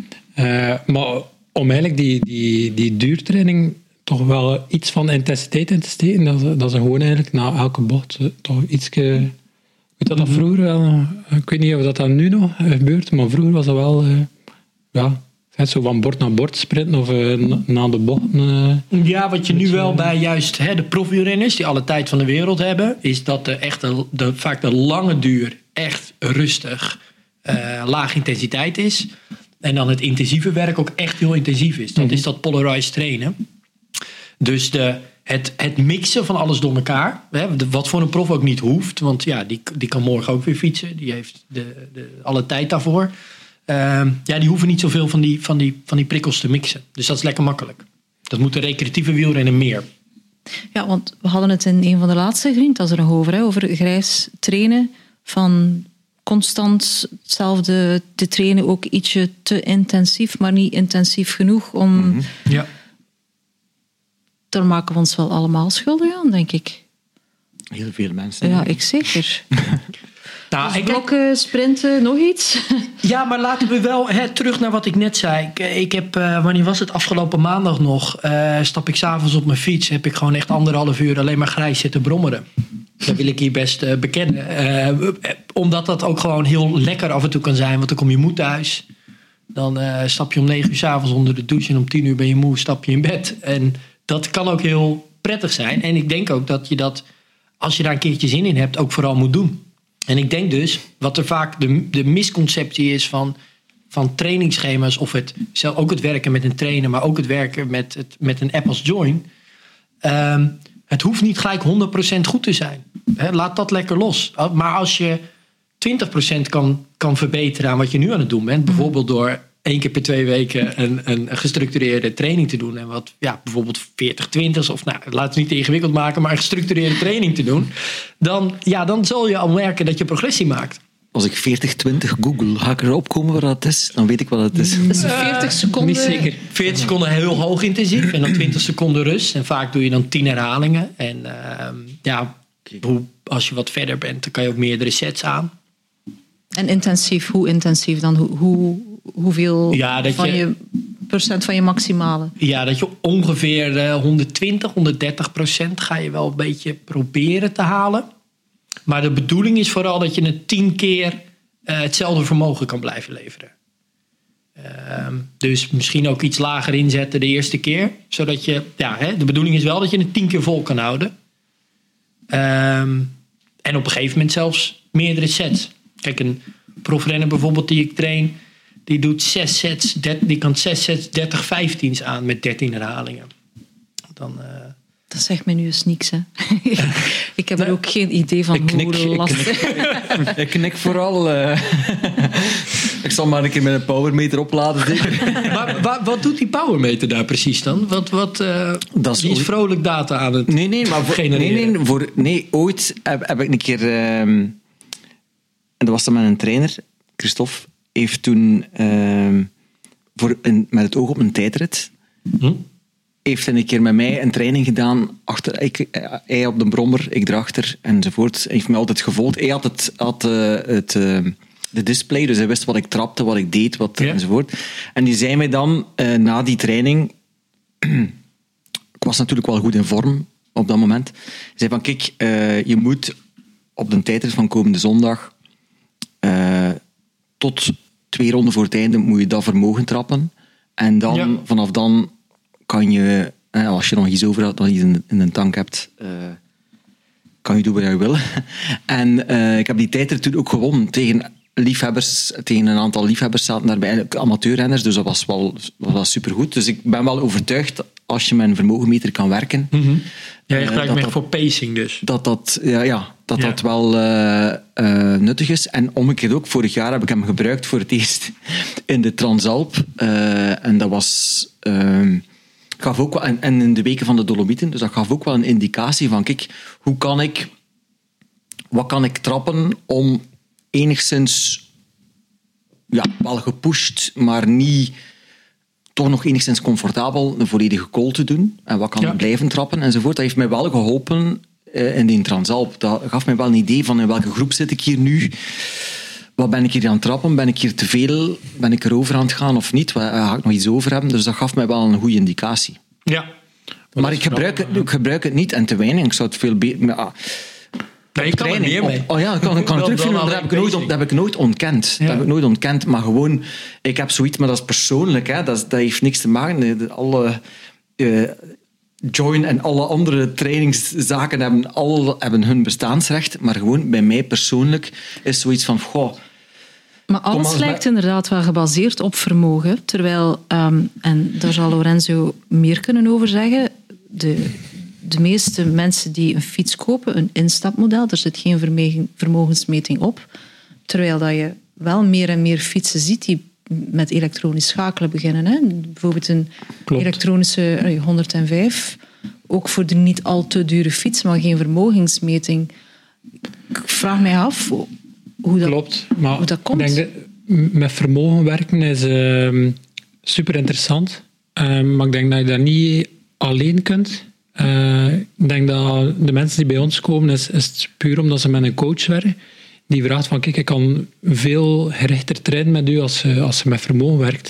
Uh, maar om eigenlijk die, die, die duurtraining toch wel iets van intensiteit in te steken, dat ze, dat ze gewoon eigenlijk na elke bocht toch iets... Weet dat, dat vroeger wel... Ik weet niet of dat, dat nu nog gebeurt, maar vroeger was dat wel... Uh, ja, zo van bord naar bord sprinten of uh, na, na de bocht. Uh, ja, wat je nu wel bij juist hè, de profwielrenners die alle tijd van de wereld hebben, is dat de, echt de, de, vaak de lange duur echt rustig, uh, laag intensiteit is. En dan het intensieve werk ook echt heel intensief is. Dat mm-hmm. is dat polarized trainen. Dus de... Het, het mixen van alles door elkaar, hè, wat voor een prof ook niet hoeft, want ja, die, die kan morgen ook weer fietsen, die heeft de, de, alle tijd daarvoor. Uh, ja, die hoeven niet zoveel van die, van, die, van die prikkels te mixen. Dus dat is lekker makkelijk. Dat moet de recreatieve wielrenner meer. Ja, want we hadden het in een van de laatste vrienden er nog over, hè, over grijs trainen, van constant hetzelfde te trainen, ook ietsje te intensief, maar niet intensief genoeg om... Mm-hmm. Ja. Daar maken we ons wel allemaal schuldig aan, denk ik. Heel veel mensen. Ja, ik zeker. nou, dus ik blokken, denk... sprinten, nog iets? Ja, maar laten we wel hè, terug naar wat ik net zei. Ik, ik heb, uh, wanneer was het? Afgelopen maandag nog. Uh, stap ik 's avonds op mijn fiets. Heb ik gewoon echt anderhalf uur alleen maar grijs zitten brommeren. Dat wil ik hier best uh, bekennen. Uh, omdat dat ook gewoon heel lekker af en toe kan zijn. Want dan kom je moe thuis. Dan uh, stap je om negen uur 's avonds onder de douche. En om tien uur ben je moe, stap je in bed. En dat kan ook heel prettig zijn. En ik denk ook dat je dat, als je daar een keertje zin in hebt, ook vooral moet doen. En ik denk dus, wat er vaak de, de misconceptie is van, van trainingsschema's, of het, zelf ook het werken met een trainer, maar ook het werken met, het, met een app als Join. Um, het hoeft niet gelijk honderd procent goed te zijn. He, laat dat lekker los. Maar als je twintig procent kan, kan verbeteren aan wat je nu aan het doen bent, bijvoorbeeld door één keer per twee weken een, een gestructureerde training te doen. En wat ja, bijvoorbeeld veertig twintig of nou, laat het niet te ingewikkeld maken, maar een gestructureerde training te doen. Dan, ja, dan zal je al merken dat je progressie maakt. Als ik veertig twintig google, ga ik erop komen wat dat is? Dan weet ik wat het is. Dat is veertig seconden. Niet zeker. veertig seconden heel hoog intensief en dan twintig seconden rust. En vaak doe je dan tien herhalingen. En uh, ja, hoe, als je wat verder bent, dan kan je ook meerdere sets aan. En intensief, hoe intensief dan? Hoe, hoe, hoeveel Ja, dat van je- je, procent van je maximale? Ja, dat je ongeveer uh, honderdtwintig, honderddertig procent ga je wel een beetje proberen te halen. Maar de bedoeling is vooral dat je het tien keer uh, hetzelfde vermogen kan blijven leveren. Uh, dus misschien ook iets lager inzetten de eerste keer. Zodat je, ja, hè, de bedoeling is wel dat je het tien keer vol kan houden. Um, en op een gegeven moment zelfs meerdere sets. Kijk, een profrenner bijvoorbeeld die ik train, die doet zes sets, die kan zes sets dertig vijftien's aan met dertien herhalingen. Dan, uh... Dat zegt mij nu eens niks, hè. Ik heb er ook geen idee van Ik knik, hoe ik lastig... Ik knik vooral. Uh, ik zal maar een keer met een powermeter opladen. Zeker. maar wa- wat doet die powermeter daar precies dan? Wat, wat, uh, Dat is die is ooit- vrolijk data aan het Nee, nee, maar voor, nee, genereren. nee, voor, nee, ooit heb, heb ik een keer... Uh, en dat was dan met een trainer, Christophe, heeft toen uh, voor een, met het oog op een tijdrit... Hm? heeft hij een keer met mij een training gedaan. Achter, ik, hij op de brommer, ik erachter enzovoort. Hij heeft me altijd gevolgd. Hij had, het, had uh, het, uh, de display, dus hij wist wat ik trapte, wat ik deed, wat, Ja. enzovoort. En die zei mij dan, uh, na die training... ik was natuurlijk wel goed in vorm op dat moment. Hij zei van, kijk, uh, je moet op de tijdrit van komende zondag... Uh, tot twee ronden voor het einde moet je dat vermogen trappen. En dan, Ja. vanaf dan... kan je, als je nog iets over had, dat je in, in een tank hebt, uh, kan je doen wat je wil. En uh, ik heb die tijdrit toen ook gewonnen tegen liefhebbers, tegen een aantal liefhebbers zaten daarbij, amateurrenners, dus dat was wel, was wel supergoed. Dus ik ben wel overtuigd, als je met een vermogenmeter kan werken, Mm-hmm. Ja, je uh, gebruikt dat hem echt dat- voor pacing dus. dat dat, ja, ja, dat, Ja. dat wel uh, uh, nuttig is. En omgekeerd ook, vorig jaar heb ik hem gebruikt voor het eerst in de Transalp. Uh, en dat was... Uh, gaf ook wel, en, en in de weken van de Dolomieten, dus dat gaf ook wel een indicatie van, kijk, hoe kan ik... Wat kan ik trappen om enigszins... Ja, wel gepusht, maar niet... toch nog enigszins comfortabel een volledige call te doen. En wat kan Ja. ik blijven trappen enzovoort. Dat heeft mij wel geholpen uh, in die Transalp. Dat gaf mij wel een idee van in welke groep zit ik hier nu. Wat ben ik hier aan het trappen? Ben ik hier te veel? Ben ik erover aan het gaan of niet? Waar ga ik nog iets over hebben? Dus dat gaf mij wel een goede indicatie. Ja. Maar ik gebruik, het, ik gebruik het niet en te weinig. Ik zou het veel beter... Ah, Nee, je kan er meer mee. Oh ja, ik kan, ik kan het Dan- terugvinden, dan maar dat heb, ik nooit, alleen dat heb ik nooit ontkend. Ja. Dat heb ik nooit ontkend, maar gewoon... Ik heb zoiets, maar dat is persoonlijk. Hè. Dat, is, dat heeft niks te maken. De- de- Alle... Uh, Join en alle andere trainingszaken hebben, al, hebben hun bestaansrecht. Maar gewoon bij mij persoonlijk is zoiets van... Goh, Maar alles Thomas, lijkt inderdaad wel gebaseerd op vermogen. Terwijl, um, en daar zal Lorenzo meer kunnen over zeggen, de, de meeste mensen die een fiets kopen, een instapmodel, er zit geen vermegen- vermogensmeting op. Terwijl dat je wel meer en meer fietsen ziet die met elektronisch schakelen beginnen. Hè. Bijvoorbeeld een Klopt. elektronische eh, honderdvijf, ook voor de niet al te dure fiets, maar geen vermogensmeting. Ik vraag mij af hoe dat, Klopt, maar hoe dat komt. ik denk dat met vermogen werken is uh, super interessant. Uh, maar ik denk dat je dat niet alleen kunt. Uh, ik denk dat de mensen die bij ons komen, is, is het puur omdat ze met een coach werken. Die vraagt van, kijk, ik kan veel gerichter trainen met u als, uh, als je met vermogen werkt.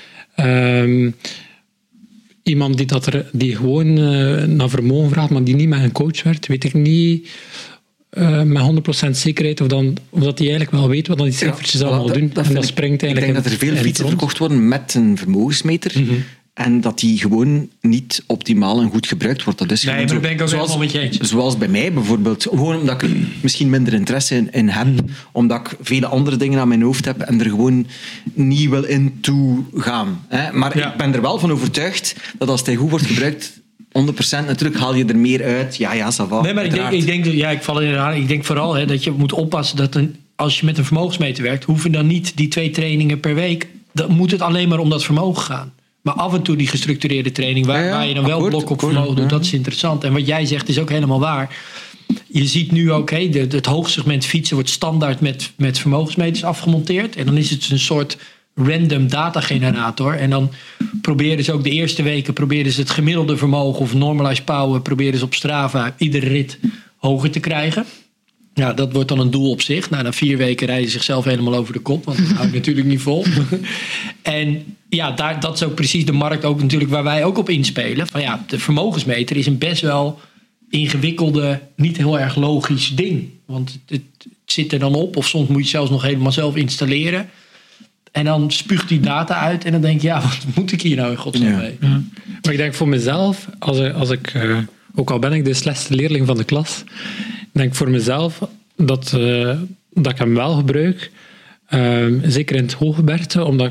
Um, iemand die, dat er, die gewoon uh, naar vermogen vraagt, maar die niet met een coach werkt, weet ik niet... Uh, met honderd procent zekerheid of, dan, of dat hij eigenlijk wel weet wat die cijfertjes Ja, allemaal dat- doen. dat en vind dat ik- springt Ik eigenlijk denk dat er in- veel in fietsen het rond. verkocht worden met een vermogensmeter. Mhm. En dat die gewoon niet optimaal en goed gebruikt wordt. Dat is Nee, gewoon maar zo. dat ben ik ook Zoals- helemaal met je eens. Zoals bij mij bijvoorbeeld. Gewoon omdat ik er misschien minder interesse in, in heb. Mhm. Omdat ik vele andere dingen aan mijn hoofd heb en er gewoon niet wil in toe gaan. Hè. Maar Ja. ik ben er wel van overtuigd dat als hij goed wordt gebruikt, honderd procent natuurlijk haal je er meer uit. Ja, ja, ça va. Nee, maar ik denk, uiteraard. ik denk, dat- ja, ik val in herhaling. Ik denk vooral hè, dat je moet oppassen dat een, als je met een vermogensmeter werkt, hoeven dan niet die twee trainingen per week dan moet het alleen maar om dat vermogen gaan. Maar af en toe die gestructureerde training... waar, ja, ja, waar je dan wel akkoord, blok op akkoord, vermogen doet, ja. Dat is interessant. En wat jij zegt is ook helemaal waar. Je ziet nu ook, hey, de, het hoogsegment fietsen wordt standaard met, met vermogensmeters afgemonteerd. En dan is het een soort random datagenerator. En dan proberen ze ook de eerste weken... proberen ze het gemiddelde vermogen of normalized power... proberen ze op Strava iedere rit hoger te krijgen. Ja, dat wordt dan een doel op zich. Nou, na vier weken rijden ze zichzelf helemaal over de kop. Want dat houdt natuurlijk niet vol. En ja, daar, dat is ook precies de markt ook natuurlijk waar wij ook op inspelen. Van ja, de vermogensmeter is een best wel ingewikkelde, niet heel erg logisch ding. Want het, het zit er dan op. Of soms moet je het zelfs nog helemaal zelf installeren. En dan spuugt die data uit. En dan denk je, ja, wat moet ik hier nou in godsnaam ja. mee? Ja. Maar ik denk voor mezelf, als, als ik, uh, ook al ben ik de slechtste leerling van de klas... denk voor mezelf dat, uh, dat ik hem wel gebruik. Uh, zeker in het hooggebergte. Omdat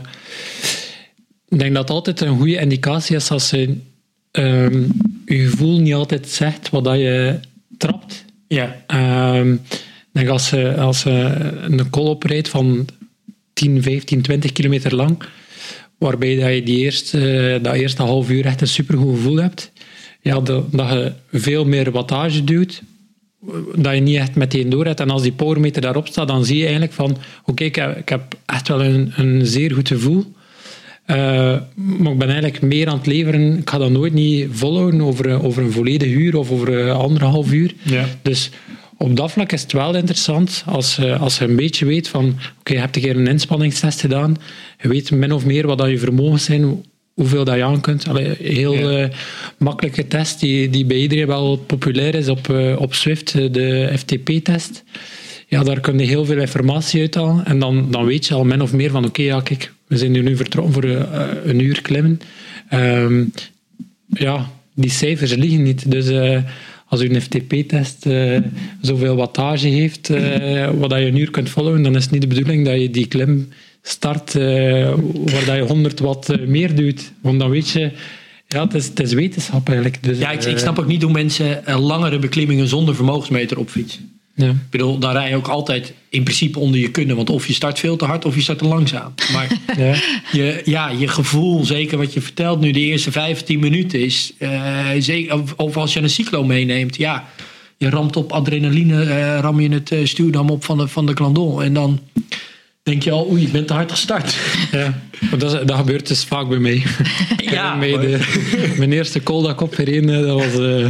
ik denk dat het altijd een goede indicatie is als je uh, je gevoel niet altijd zegt wat dat je trapt. Ja. Uh, ik denk als je, als je een call oprijdt van tien, vijftien, twintig kilometer lang, waarbij dat je die eerste, dat eerste half uur echt een supergoed gevoel hebt, ja, dat, dat je veel meer wattage doet, dat je niet echt meteen door hebt. En als die powermeter daarop staat, dan zie je eigenlijk van oké, okay, ik, heb, ik heb echt wel een, een zeer goed gevoel. Uh, maar ik ben eigenlijk meer aan het leveren. Ik ga dat nooit niet volhouden over, over een volledig uur of over anderhalf uur. Ja. Dus op dat vlak is het wel interessant als, als je een beetje weet van oké, okay, je hebt een keer een inspanningstest gedaan. Je weet min of meer wat dat je vermogens zijn, hoeveel dat je aan kunt. Allee, heel ja. uh, makkelijke test die, die bij iedereen wel populair is op, uh, op Zwift, de F T P-test. Ja, daar kun je heel veel informatie uithalen. En dan, dan weet je al min of meer van oké, okay, ja, kijk, we zijn hier nu vertrokken voor uh, een uur klimmen. Um, ja, die cijfers liegen niet. Dus uh, als je een F T P-test uh, zoveel wattage heeft, uh, wat dat je een uur kunt volgen, dan is het niet de bedoeling dat je die klim start uh, waar dat je honderd watt uh, meer doet. Want dan weet je, ja, het is, het is wetenschap eigenlijk. Dus, ja, ik, ik snap ook niet hoe mensen uh, langere beklimmingen zonder vermogensmeter opfietsen. Ja. Ik bedoel, dan rij je ook altijd in principe onder je kunnen. Want of je start veel te hard of je start te langzaam. Maar ja. Je, ja, je gevoel, zeker wat je vertelt nu, de eerste vijftien minuten is... Uh, zeker, of als je een cyclo meeneemt, ja... Je ramt op adrenaline, uh, ram je het uh, stuurdam op van de, van de Glandon. En dan denk je al, oei, ik ben te hard gestart. Ja, maar dat, dat gebeurt dus vaak bij mij. Ja, bij de, mijn eerste call dat ik opgereden, dat was... Uh,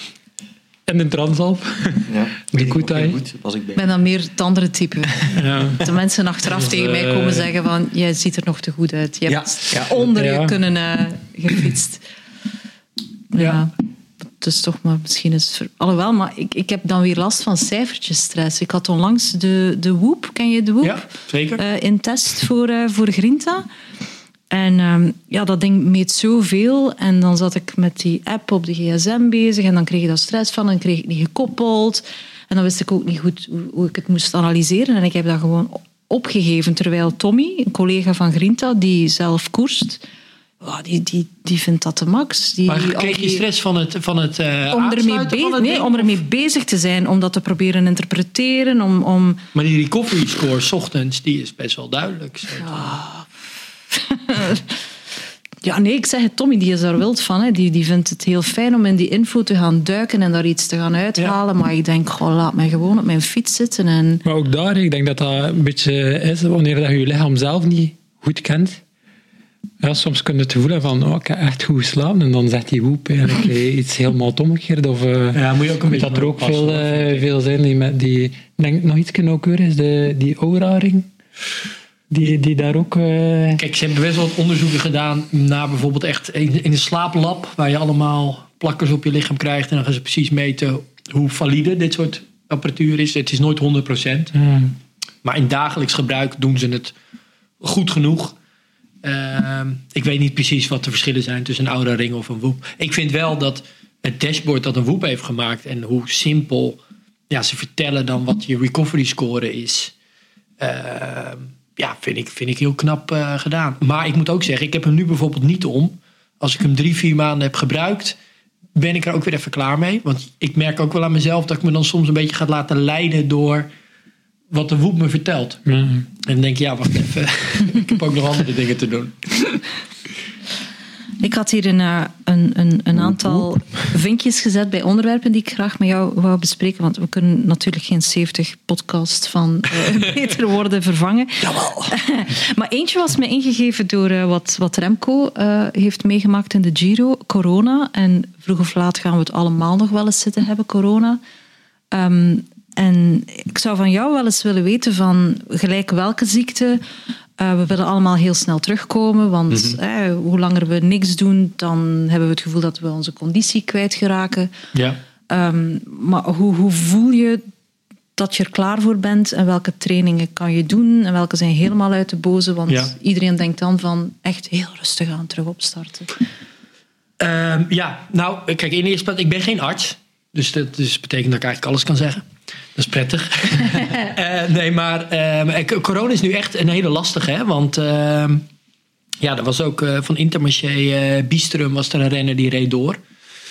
En de Transalp. Ja, de Koutai. Ik ben dan meer het andere type. Ja. De mensen achteraf dus, tegen mij komen zeggen van, jij ziet er nog te goed uit. Je hebt ja, ja. onder ja. je kunnen uh, gefietst. Ja. ja. Dus toch maar misschien is het... Ver... Alhoewel, maar ik, ik heb dan weer last van cijfertjesstress. Ik had onlangs de, de Whoop, ken je de Whoop? Ja, zeker. Uh, in test voor, uh, voor Grinta. En um, ja, dat ding meet zoveel. En dan zat ik met die app op de gsm bezig. En dan kreeg je daar stress van. En dan kreeg ik het niet gekoppeld. En dan wist ik ook niet goed hoe, hoe ik het moest analyseren. En ik heb dat gewoon opgegeven. Terwijl Tommy, een collega van Grinta, die zelf koerst... Oh, die, die, die vindt dat de max. Die, maar kreeg je die, stress van het, van het uh, om ermee be- het Nee, om ermee bezig te zijn. Om dat te proberen interpreteren. Om, om... Maar die recovery score 's ochtends, die is best wel duidelijk. Ja... Ja, nee, ik zeg het, Tommy, die is daar wild van. Hè. Die, die vindt het heel fijn om in die info te gaan duiken en daar iets te gaan uithalen. Ja. Maar ik denk, goh, laat mij gewoon op mijn fiets zitten. En... Maar ook daar, ik denk dat dat een beetje is wanneer dat je je lichaam zelf niet goed kent. Ja, soms kun je het gevoel hebben van, oh, ik heb echt goed geslapen. En dan zegt die Whoop eigenlijk iets helemaal omgekeerd. Of uh, ja, moet je ook een beetje dat er ook veel, uh, veel zijn die met die... Ik denk nog iets nauwkeurig is de, die Oura-ring. Die, die daar ook... Uh... Kijk, ze hebben best wel wat onderzoeken gedaan naar bijvoorbeeld echt in een slaaplab, waar je allemaal plakkers op je lichaam krijgt en dan gaan ze precies meten hoe valide dit soort apparatuur is. Het is nooit honderd procent. Mm. Maar in dagelijks gebruik doen ze het goed genoeg. Uh, ik weet niet precies wat de verschillen zijn tussen een Oura ring of een Whoop. Ik vind wel dat het dashboard dat een Whoop heeft gemaakt en hoe simpel ja, ze vertellen dan wat je recovery score is... Uh, Ja, vind ik, vind ik heel knap uh, gedaan. Maar ik moet ook zeggen, ik heb hem nu bijvoorbeeld niet om. Als ik hem drie, vier maanden heb gebruikt, ben ik er ook weer even klaar mee. Want ik merk ook wel aan mezelf dat ik me dan soms een beetje ga laten leiden door wat de Woep me vertelt. Ja. En dan denk je, ja, wacht even. Ik heb ook nog andere dingen te doen. Ik had hier een, uh, een, een, een aantal vinkjes gezet bij onderwerpen die ik graag met jou wou bespreken. Want we kunnen natuurlijk geen zeventig podcasts van uh, Beter Worden vervangen. Jawel. Maar eentje was me ingegeven door uh, wat, wat Remco uh, heeft meegemaakt in de Giro. Corona. En vroeg of laat gaan we het allemaal nog wel eens zitten hebben, corona. Um, en ik zou van jou wel eens willen weten van gelijk welke ziekte... Uh, we willen allemaal heel snel terugkomen, want mm-hmm. eh, hoe langer we niks doen, dan hebben we het gevoel dat we onze conditie kwijtgeraken. Ja. Um, maar hoe, hoe voel je dat je er klaar voor bent en welke trainingen kan je doen en welke zijn helemaal uit de boze? Want ja. iedereen denkt dan van echt heel rustig aan terug opstarten. Um, ja, nou, kijk, in de eerste plaats, ik ben geen arts. Dus dat dus betekent dat ik eigenlijk alles kan zeggen. Dat is prettig. uh, nee, maar uh, corona is nu echt een hele lastige. Hè? Want uh, ja, er was ook uh, van Intermarché, uh, Bistrum was er een renner die reed door.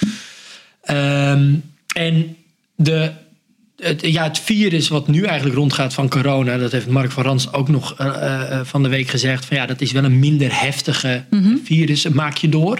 Um, en de, het, ja, het virus wat nu eigenlijk rondgaat van corona... dat heeft Mark van Rans ook nog uh, uh, van de week gezegd... van ja, dat is wel een minder heftige mm-hmm. virus. Maak je door.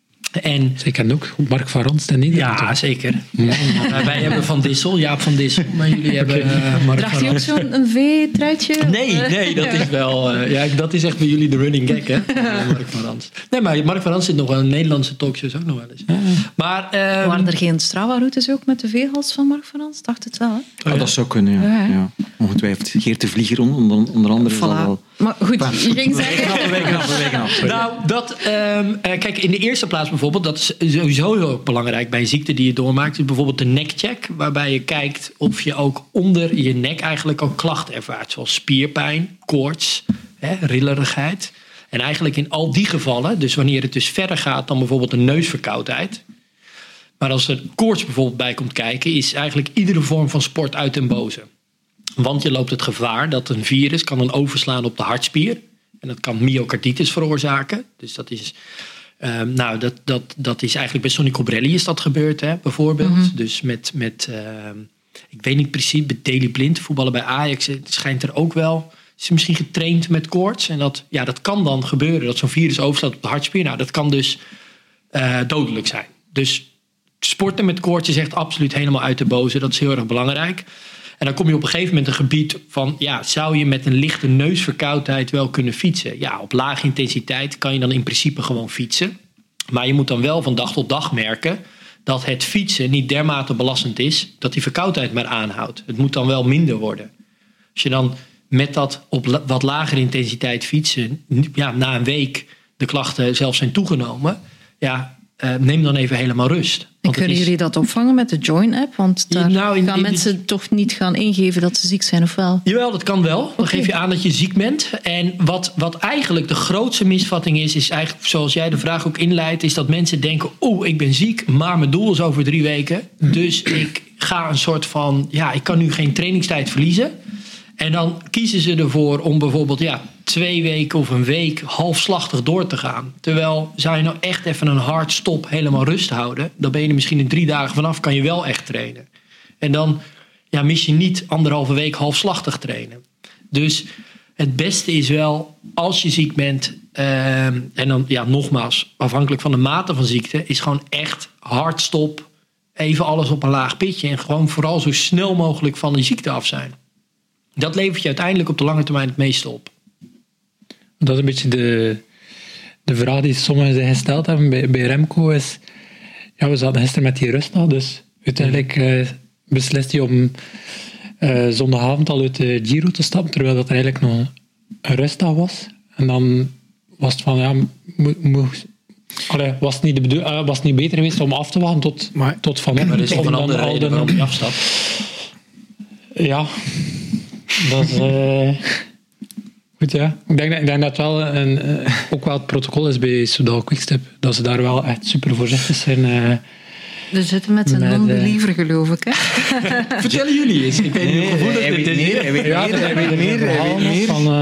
En, zij kennen ook Mark van Rans en Nederland. Ja, zeker. Ja. Uh, wij hebben Van Dissel, Jaap van Dissel. Maar jullie hebben uh, Mark Draagt van Rans. Draagt hij ook zo'n V-truitje? Nee, nee, dat is wel... Uh, ja, dat is echt bij jullie de running gag, hè? Van Mark van Rans. Nee, maar Mark van Rans zit nog wel in Nederlandse talkshows ook nog wel eens. Ja. Maar, um, waren er geen Strava-routes ook met de V-hals van Mark van Rans? Dacht het wel, hè? Oh, ja. Ja, dat zou kunnen, ja. ja, ja. ja. Ongetwijfeld. Geert de Vlieger onder, onder andere. Voilà. Wel... Maar goed, je ging zeggen... Weken af, weken af. Nou, dat... Um, uh, kijk, in de eerste plaats bijvoorbeeld... dat is sowieso heel belangrijk bij een ziekte die je doormaakt... is bijvoorbeeld de nekcheck... waarbij je kijkt of je ook onder je nek eigenlijk ook klachten ervaart. Zoals spierpijn, koorts, hè, rillerigheid. En eigenlijk in al die gevallen... dus wanneer het dus verder gaat dan bijvoorbeeld een neusverkoudheid... maar als er koorts bijvoorbeeld bij komt kijken... is eigenlijk iedere vorm van sport uit den boze. Want je loopt het gevaar dat een virus kan dan overslaan op de hartspier. En dat kan myocarditis veroorzaken. Dus dat is, um, nou, dat, dat, dat is eigenlijk bij Sonny Colbrelli is dat gebeurd, hè, bijvoorbeeld. Mm-hmm. Dus met, met um, ik weet niet precies, bij Daley Blind, voetballen bij Ajax, het schijnt er ook wel. Is misschien getraind met koorts. En dat, ja, dat kan dan gebeuren, dat zo'n virus overslaat op de hartspier. Nou, dat kan dus uh, dodelijk zijn. Dus sporten met koorts is echt absoluut helemaal uit de boze. Dat is heel erg belangrijk. En dan kom je op een gegeven moment een gebied van... ja, zou je met een lichte neusverkoudheid wel kunnen fietsen? Ja, op lage intensiteit kan je dan in principe gewoon fietsen. Maar je moet dan wel van dag tot dag merken... dat het fietsen niet dermate belastend is... dat die verkoudheid maar aanhoudt. Het moet dan wel minder worden. Als je dan met dat op wat lagere intensiteit fietsen... ja, na een week de klachten zelfs zijn toegenomen... ja, uh, neem dan even helemaal rust. En kunnen is... jullie dat opvangen met de Join-app? Want daar nou, in, gaan in, mensen in... toch niet gaan ingeven dat ze ziek zijn, of wel? Jawel, dat kan wel. Dan okay. geef je aan dat je ziek bent. En wat, wat eigenlijk de grootste misvatting is... is eigenlijk, zoals jij de vraag ook inleidt... is dat mensen denken... oh, ik ben ziek, maar mijn doel is over drie weken. Mm. Dus ik ga een soort van... ja, ik kan nu geen trainingstijd verliezen... En dan kiezen ze ervoor om bijvoorbeeld ja, twee weken of een week halfslachtig door te gaan. Terwijl zou je nou echt even een hard stop helemaal rust houden... dan ben je er misschien in drie dagen vanaf, kan je wel echt trainen. En dan ja, mis je niet anderhalve week halfslachtig trainen. Dus het beste is wel, als je ziek bent... Uh, en dan ja, nogmaals, afhankelijk van de mate van ziekte... is gewoon echt hard stop, even alles op een laag pitje... en gewoon vooral zo snel mogelijk van de ziekte af zijn. Dat levert je uiteindelijk op de lange termijn het meeste op. Dat is een beetje de, de vraag die sommigen zich gesteld hebben bij, bij Remco. Is, ja, we zaten gisteren met die rustdag, dus uiteindelijk uh, beslist hij om uh, zondagavond al uit de Giro te stappen, terwijl dat er eigenlijk nog een rustdag was. En dan was het van, ja, mo, mo, allee, was, het niet de bedoel, uh, was het niet beter geweest om af te wachten tot, maar, tot vanochtend? Maar er is ook een andere reden waarom hij afstapt. Ja... Dat is uh, goed, ja. Ik denk, ik denk dat wel een, uh, ook wel het protocol is bij Soudal Quickstep. Dat ze daar wel echt super voorzichtig zijn. Uh, We zitten met een met, non-believer, uh, geloof ik. Hè? Vertellen jullie eens. Ik weet niet hoe gevoelig nee, dit is. Meer, hij weet ja, meer, hij weet meer. Hij weet meer. Van,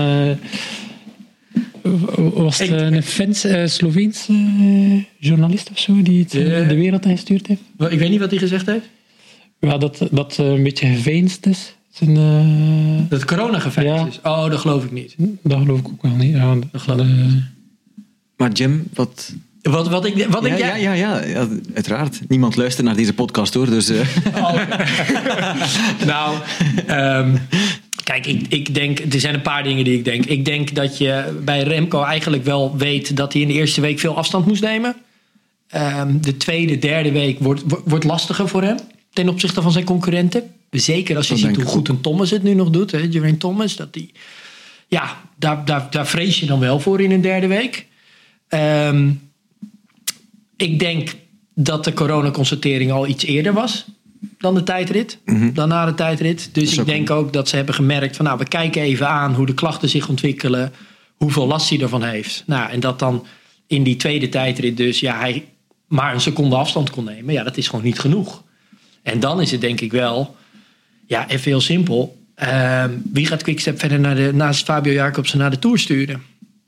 uh, was het een Fins, uh, Sloveens uh, journalist of zo die het uh, de wereld ingestuurd heeft? Ik weet niet wat hij gezegd heeft. Ja, dat dat uh, een beetje geveinsd is. Zijn, uh, Dat het coronagevecht ja. is? Oh, dat geloof ik niet. Dat geloof ik ook wel niet. Ja, Dat geloof ik. Uh, Maar Jim, wat... Wat, wat ik, wat Ja, ik ja, ja, ja, ja, uiteraard. Niemand luistert naar deze podcast, hoor. Dus, uh. Oh. nou, um, kijk, ik, ik denk... Er zijn een paar dingen die ik denk. Ik denk dat je bij Remco eigenlijk wel weet... dat hij in de eerste week veel afstand moest nemen. Um, de tweede, derde week wordt, wordt lastiger voor hem... ten opzichte van zijn concurrenten. Zeker als je dat ziet hoe goed een Thomas het nu nog doet. Hè, Geraint Thomas. Dat die, ja, daar, daar, daar vrees je dan wel voor in een derde week. Um, ik denk dat de coronaconstatering al iets eerder was... dan de tijdrit. Mm-hmm. Dan na de tijdrit. Dus ik denk ook dat ze hebben gemerkt... van, nou, we kijken even aan hoe de klachten zich ontwikkelen... hoeveel last hij ervan heeft. Nou, en dat dan in die tweede tijdrit dus... ja, hij maar een seconde afstand kon nemen. Ja, dat is gewoon niet genoeg. En dan is het denk ik wel... ja, even heel simpel... Uh, wie gaat Quickstep verder naar de, naast Fabio Jacobsen naar de Tour sturen?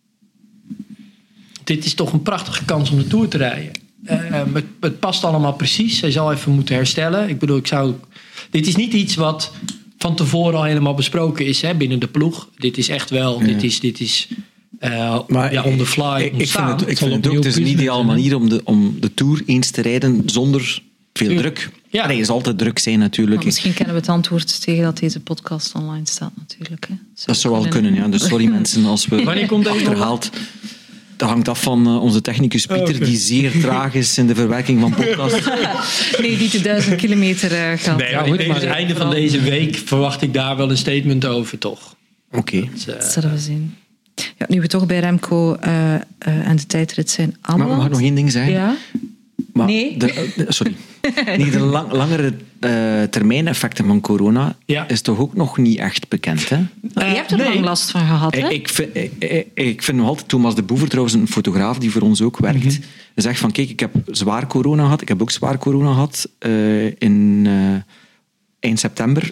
Dit is toch een prachtige kans om de Tour te rijden. Uh, het, het past allemaal precies. Hij zal even moeten herstellen. Ik bedoel, ik zou... Dit is niet iets wat van tevoren al helemaal besproken is hè, binnen de ploeg. Dit is echt wel... Ja. Dit is... Dit is uh, maar ja, on the fly ik, ik vind het, ik vind het ook... Het is een ideale manier om de, om de Tour eens te rijden zonder veel ja. druk. Ja. Nee, er zal altijd druk zijn natuurlijk. Maar misschien kennen we het antwoord tegen dat deze podcast online staat natuurlijk. Hè. Zou dat zou wel kunnen, ja. Dus sorry mensen als we Wanneer komt achterhaald... Dat hangt af van uh, onze technicus Pieter, oh, okay. die zeer traag is in de verwerking van podcasts. Nee, die de duizend kilometer uh, gaat. Nee, maar tegen het einde van deze week verwacht ik daar wel een statement over, toch? Oké. Okay. Dat, uh, dat zullen we zien. Ja, nu we toch bij Remco uh, uh, en de tijdrit zijn aanbeland. Mag ik nog één ding zeggen? Ja? Maar nee. De, de, sorry. Nee, de lang, langere uh, termijn effecten van corona ja. is toch ook nog niet echt bekend, hè? Uh, je hebt er nee. lang last van gehad, hè? Ik vind, ik, ik vind nog altijd Thomas de Boever, trouwens een fotograaf die voor ons ook werkt, mm-hmm. zegt van, kijk, ik heb zwaar corona gehad. Ik heb ook zwaar corona gehad uh, in uh, eind september.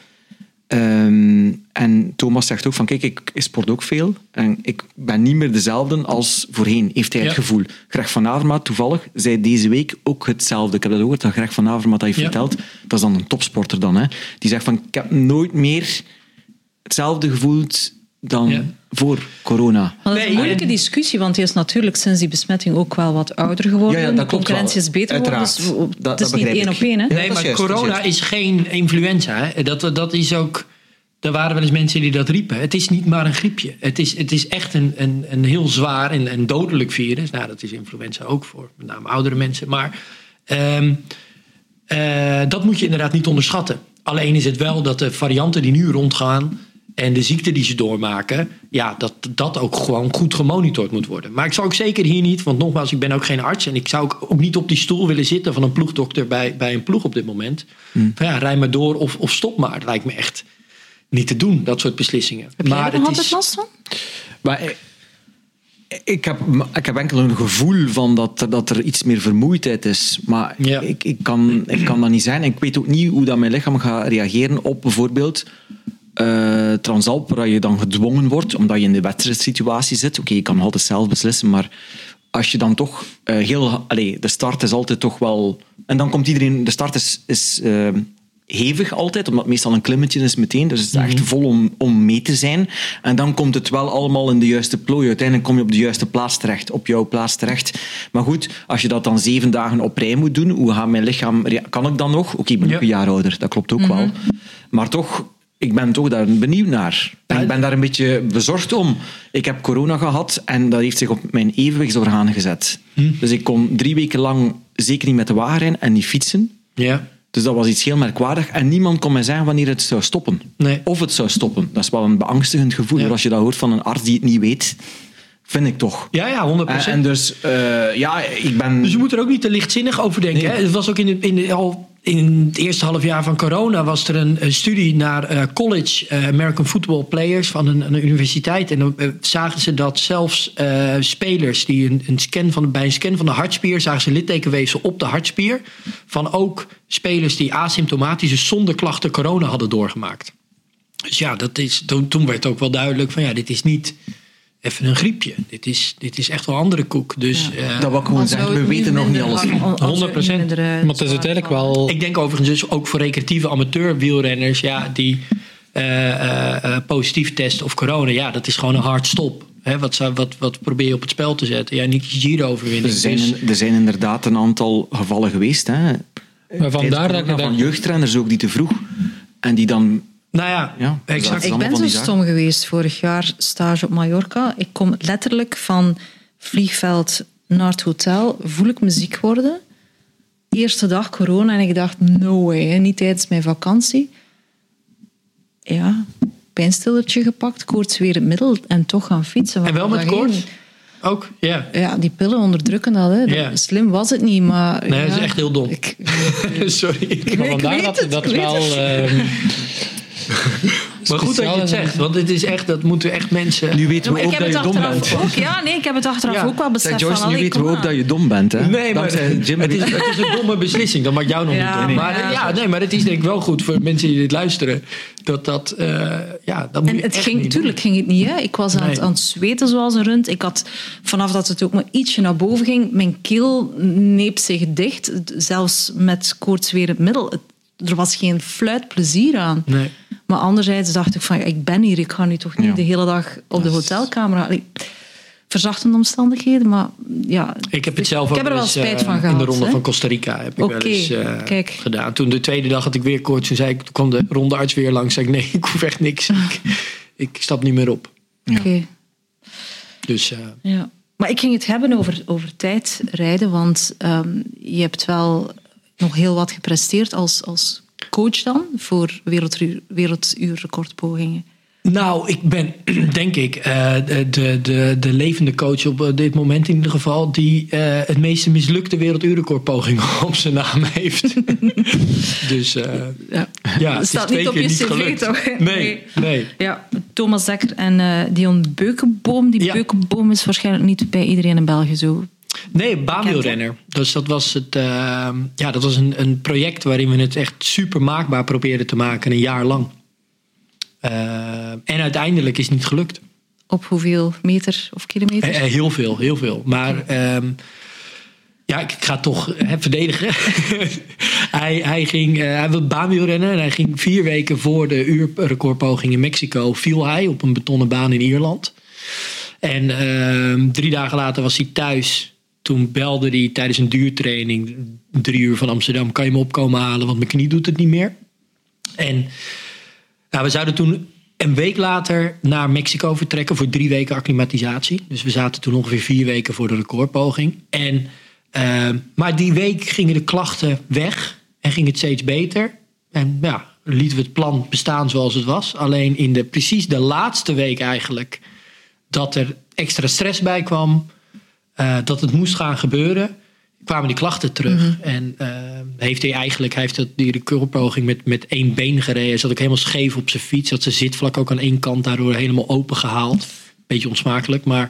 Um, en Thomas zegt ook van, kijk, ik, ik sport ook veel en ik ben niet meer dezelfde als voorheen, heeft hij het ja. gevoel. Greg van Avermaet, toevallig, zei deze week ook hetzelfde. Ik heb dat gehoord, dat Greg van Avermaet dat heeft ja. verteld. Dat is dan een topsporter dan, hè. Die zegt van, ik heb nooit meer hetzelfde gevoeld dan ja. voor corona. Maar dat is een moeilijke discussie, want hij is natuurlijk sinds die besmetting ook wel wat ouder geworden. Ja, ja, de concurrentie is beter geworden, dus dat, het is niet één op één. Hè? Nee, maar corona is geen influenza. Hè. Dat, dat is ook... Er waren wel eens mensen die dat riepen. Het is niet maar een griepje. Het is, het is echt een, een, een heel zwaar en, en dodelijk virus. Nou, dat is influenza ook voor met name oudere mensen. Maar um, uh, dat moet je inderdaad niet onderschatten. Alleen is het wel dat de varianten die nu rondgaan... en de ziekte die ze doormaken... ja, dat dat ook gewoon goed gemonitord moet worden. Maar ik zou ook zeker hier niet... want nogmaals, ik ben ook geen arts... en ik zou ook niet op die stoel willen zitten... van een ploegdokter bij, bij een ploeg op dit moment. Hmm. Van ja, rij maar door of, of stop maar. Dat lijkt me echt... niet te doen, dat soort beslissingen. Heb jij er nog altijd last van? Maar ik heb, ik heb enkel een gevoel van dat, dat er iets meer vermoeidheid is. Maar ja. ik, ik, kan, ik kan dat niet zijn. En ik weet ook niet hoe dat mijn lichaam gaat reageren op bijvoorbeeld uh, Transalp, waar je dan gedwongen wordt, omdat je in de wedstrijdsituatie zit. Oké, okay, je kan altijd zelf beslissen, maar als je dan toch uh, heel... Allez, de start is altijd toch wel... En dan komt iedereen... De start is... is uh, hevig altijd, omdat het meestal een klimmetje is meteen. Dus het is echt vol om, om mee te zijn. En dan komt het wel allemaal in de juiste plooi. Uiteindelijk kom je op de juiste plaats terecht. Op jouw plaats terecht. Maar goed, als je dat dan zeven dagen op rij moet doen, hoe gaat mijn lichaam... Kan ik dan nog? Oké, okay, ik ben ja. ook een jaar ouder. Dat klopt ook mm-hmm. wel. Maar toch... Ik ben toch daar benieuwd naar. En ik ben daar een beetje bezorgd om. Ik heb corona gehad en dat heeft zich op mijn evenwichtsorgaan gezet. Hm. Dus ik kon drie weken lang zeker niet met de wagen rijden en niet fietsen. Ja. Dus dat was iets heel merkwaardig. En niemand kon mij zeggen wanneer het zou stoppen. Nee. Of het zou stoppen. Dat is wel een beangstigend gevoel. Ja. Als je dat hoort van een arts die het niet weet, vind ik toch. Ja, ja, honderd procent. En, en dus, uh, ja, ik ben... Dus je moet er ook niet te lichtzinnig over denken. Nee. Hè? Het was ook in, de, in, de, al in het eerste half jaar van corona was er een, een studie naar uh, college uh, American football players van een, een universiteit. En dan uh, zagen ze dat zelfs uh, spelers die een, een scan van, bij een scan van de hartspier zagen ze littekenweefsel op de hartspier. Van ook spelers die asymptomatisch, dus zonder klachten, corona hadden doorgemaakt. Dus ja, dat is, toen, toen werd ook wel duidelijk van ja, dit is niet... even een griepje. Dit is, dit is echt wel andere koek. Dus, ja. uh, dat wil ik gewoon zeggen. We weten nog niet alles. honderd procent. Maar het is uiteindelijk wel... Ik denk overigens dus ook voor recreatieve amateur wielrenners... Ja, die uh, uh, uh, positief testen of corona. Ja, dat is gewoon een hard stop. Hè, wat, zou, wat, wat probeer je op het spel te zetten? Ja, niet je Giro-overwinning. Er zijn, dus... er zijn inderdaad een aantal gevallen geweest. Hè. Maar vandaar dat ik van jeugdrenners ook die te vroeg. En die dan... Nou ja, ja exact. Ik ben zo stom geweest vorig jaar stage op Mallorca. Ik kom letterlijk van vliegveld naar het hotel. Voel ik me ziek worden. Eerste dag corona en ik dacht, no way, hè, niet tijdens mijn vakantie. Ja, pijnstillertje gepakt, koorts weer het middel en toch gaan fietsen. En wel met koorts? Ook, ja. Ja, die pillen onderdrukken dat. Hè. dat Ja. Slim was het niet, maar... Nee, ja, dat is echt heel dom. Ik, Sorry. ik, Maar ik vandaar weet dat, het, dat ik weet wel... het. ehm, Maar goed dat je het speciaal is. zegt, want het is echt, dat moeten echt mensen... Nu weten Ja, we maar ik ook heb dat het je dom achteraf bent. ook... Ja, nee, ik heb het achteraf Ja. ook wel beseft Zeg, Joyce, van... nu allee, weten we kom ook aan. dat je dom bent. Hè? Nee, maar Dankzij Jim het is, het is een domme beslissing. Dat maakt jou nog Ja, niet dom. nee. Maar, Ja. ja, nee, maar het is denk ik wel goed voor mensen die dit luisteren. Dat dat... Uh, ja, dat moet En je het echt ging, niet tuurlijk ging het niet. Hè. Ik was aan, Nee. het, aan het zweten zoals een rund. Ik had, vanaf dat het ook maar ietsje naar boven ging, mijn keel neep zich dicht. Zelfs met koortswerend middel. Het- Er was geen fluit plezier aan. doen. Nee. Maar anderzijds dacht ik van, ja, ik ben hier. Ik ga nu toch niet Ja. de hele dag op de hotelkamer. Allee, verzachtende omstandigheden, maar ja... Ik heb het zelf ik ook heb er wel eens, spijt uh, van gehad. in de ronde hè. van Costa Rica heb ik Oké, wel eens uh, kijk. gedaan. Toen de tweede dag had ik weer koorts. Toen, zei ik, toen kwam de rondearts weer langs. Zei ik, nee, ik hoef echt niks. ik, ik stap niet meer op. Oké. Dus uh, Ja. Maar ik ging het hebben over, over tijdrijden, want um, je hebt wel nog heel wat gepresteerd als, als coach dan voor werelduur, werelduurrecordpogingen. nou, ik ben, denk ik, uh, de, de, de, de levende coach op dit moment in ieder geval... die uh, het meeste mislukte werelduurrecordpoging op zijn naam heeft. dus uh, Ja. ja, Dat het staat is niet twee op keer je niet cv gelukt. toch? Nee, nee. Ja, Thomas Dekker en uh, Dion Beukenboom. Die Ja. Beukenboom is waarschijnlijk niet bij iedereen in België zo. Nee, baanwielrenner. Dus dat was, het, uh, ja, dat was een, een project waarin we het echt super maakbaar probeerden te maken, een jaar lang. Uh, en uiteindelijk is het niet gelukt. Op hoeveel meter of kilometer? Uh, heel veel, heel veel. Maar um, ja, ik, ik ga het toch uh, verdedigen. hij, hij, ging, uh, hij wilde baanwielrennen en hij ging vier weken voor de uurrecordpoging in Mexico viel hij op een betonnen baan in Ierland. En uh, drie dagen later was hij thuis. Toen belde hij tijdens een duurtraining, drie uur van Amsterdam, kan je me opkomen halen, want mijn knie doet het niet meer. En nou, we zouden toen een week later naar Mexico vertrekken voor drie weken acclimatisatie. Dus we zaten toen ongeveer vier weken voor de recordpoging. En, uh, maar die week gingen de klachten weg en ging het steeds beter. En ja, lieten we het plan bestaan zoals het was. Alleen in de, precies de laatste week eigenlijk, dat er extra stress bij kwam, uh, dat het moest gaan gebeuren, kwamen die klachten terug. Mm-hmm. En uh, heeft hij eigenlijk, hij heeft dat, die recordpoging met, met één been gereden. Hij zat ook helemaal scheef op zijn fiets. Had zijn zitvlak ook aan één kant daardoor helemaal open gehaald. Beetje onsmakelijk, maar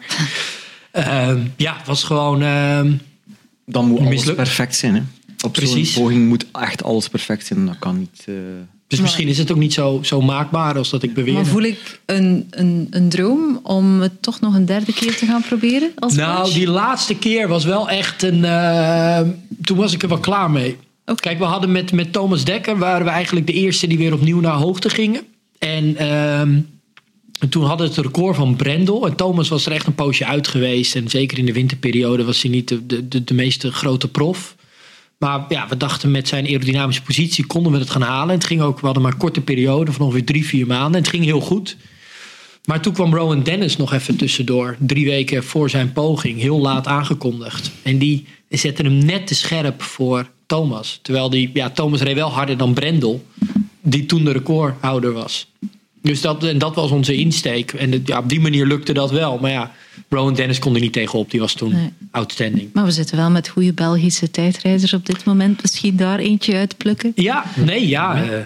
uh, ja, het was gewoon uh, Dan moet alles mislukt. perfect zijn. Hè? Op Precies. zo'n poging moet echt alles perfect zijn. Dat kan niet... Uh... Dus misschien is het ook niet zo, zo maakbaar als dat ik beweer. Maar voel ik een, een, een droom om het toch nog een derde keer te gaan proberen als Nou, coach? die laatste keer was wel echt een... Uh, toen was ik er wel klaar mee. Okay. Kijk, we hadden met, met Thomas Dekker, waren we eigenlijk de eerste die weer opnieuw naar hoogte gingen. En uh, toen hadden we het record van Brendel. En Thomas was er echt een poosje uit geweest. En zeker in de winterperiode was hij niet de, de, de, de meeste grote prof. Maar ja, we dachten met zijn aerodynamische positie konden we het gaan halen. En het ging ook, we hadden maar een korte periode van ongeveer drie, vier maanden. En het ging heel goed. Maar toen kwam Rowan Dennis nog even tussendoor. Drie weken voor zijn poging. Heel laat aangekondigd. En die zette hem net te scherp voor Thomas. Terwijl die, ja, Thomas reed wel harder dan Brendel. Die toen de recordhouder was. Dus dat, en dat was onze insteek. En de, ja, op die manier lukte dat wel. Maar ja, Rowan Dennis kon er niet tegenop. Die was toen nee. outstanding. Maar we zitten wel met goede Belgische tijdrijders op dit moment. Misschien daar eentje uitplukken? Ja, nee, ja. Uh,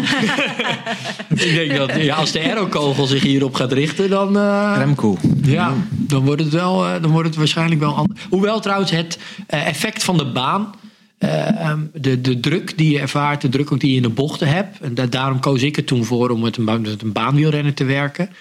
ik denk dat ja, als de aerokogel zich hierop gaat richten, dan... Uh, Remco. Ja, dan wordt het, wel, uh, dan wordt het waarschijnlijk wel anders. Hoewel trouwens het uh, effect van de baan... Uh, de, de druk die je ervaart, de druk ook die je in de bochten hebt. En da- daarom koos ik er toen voor om met een, met een baanwielrenner te werken.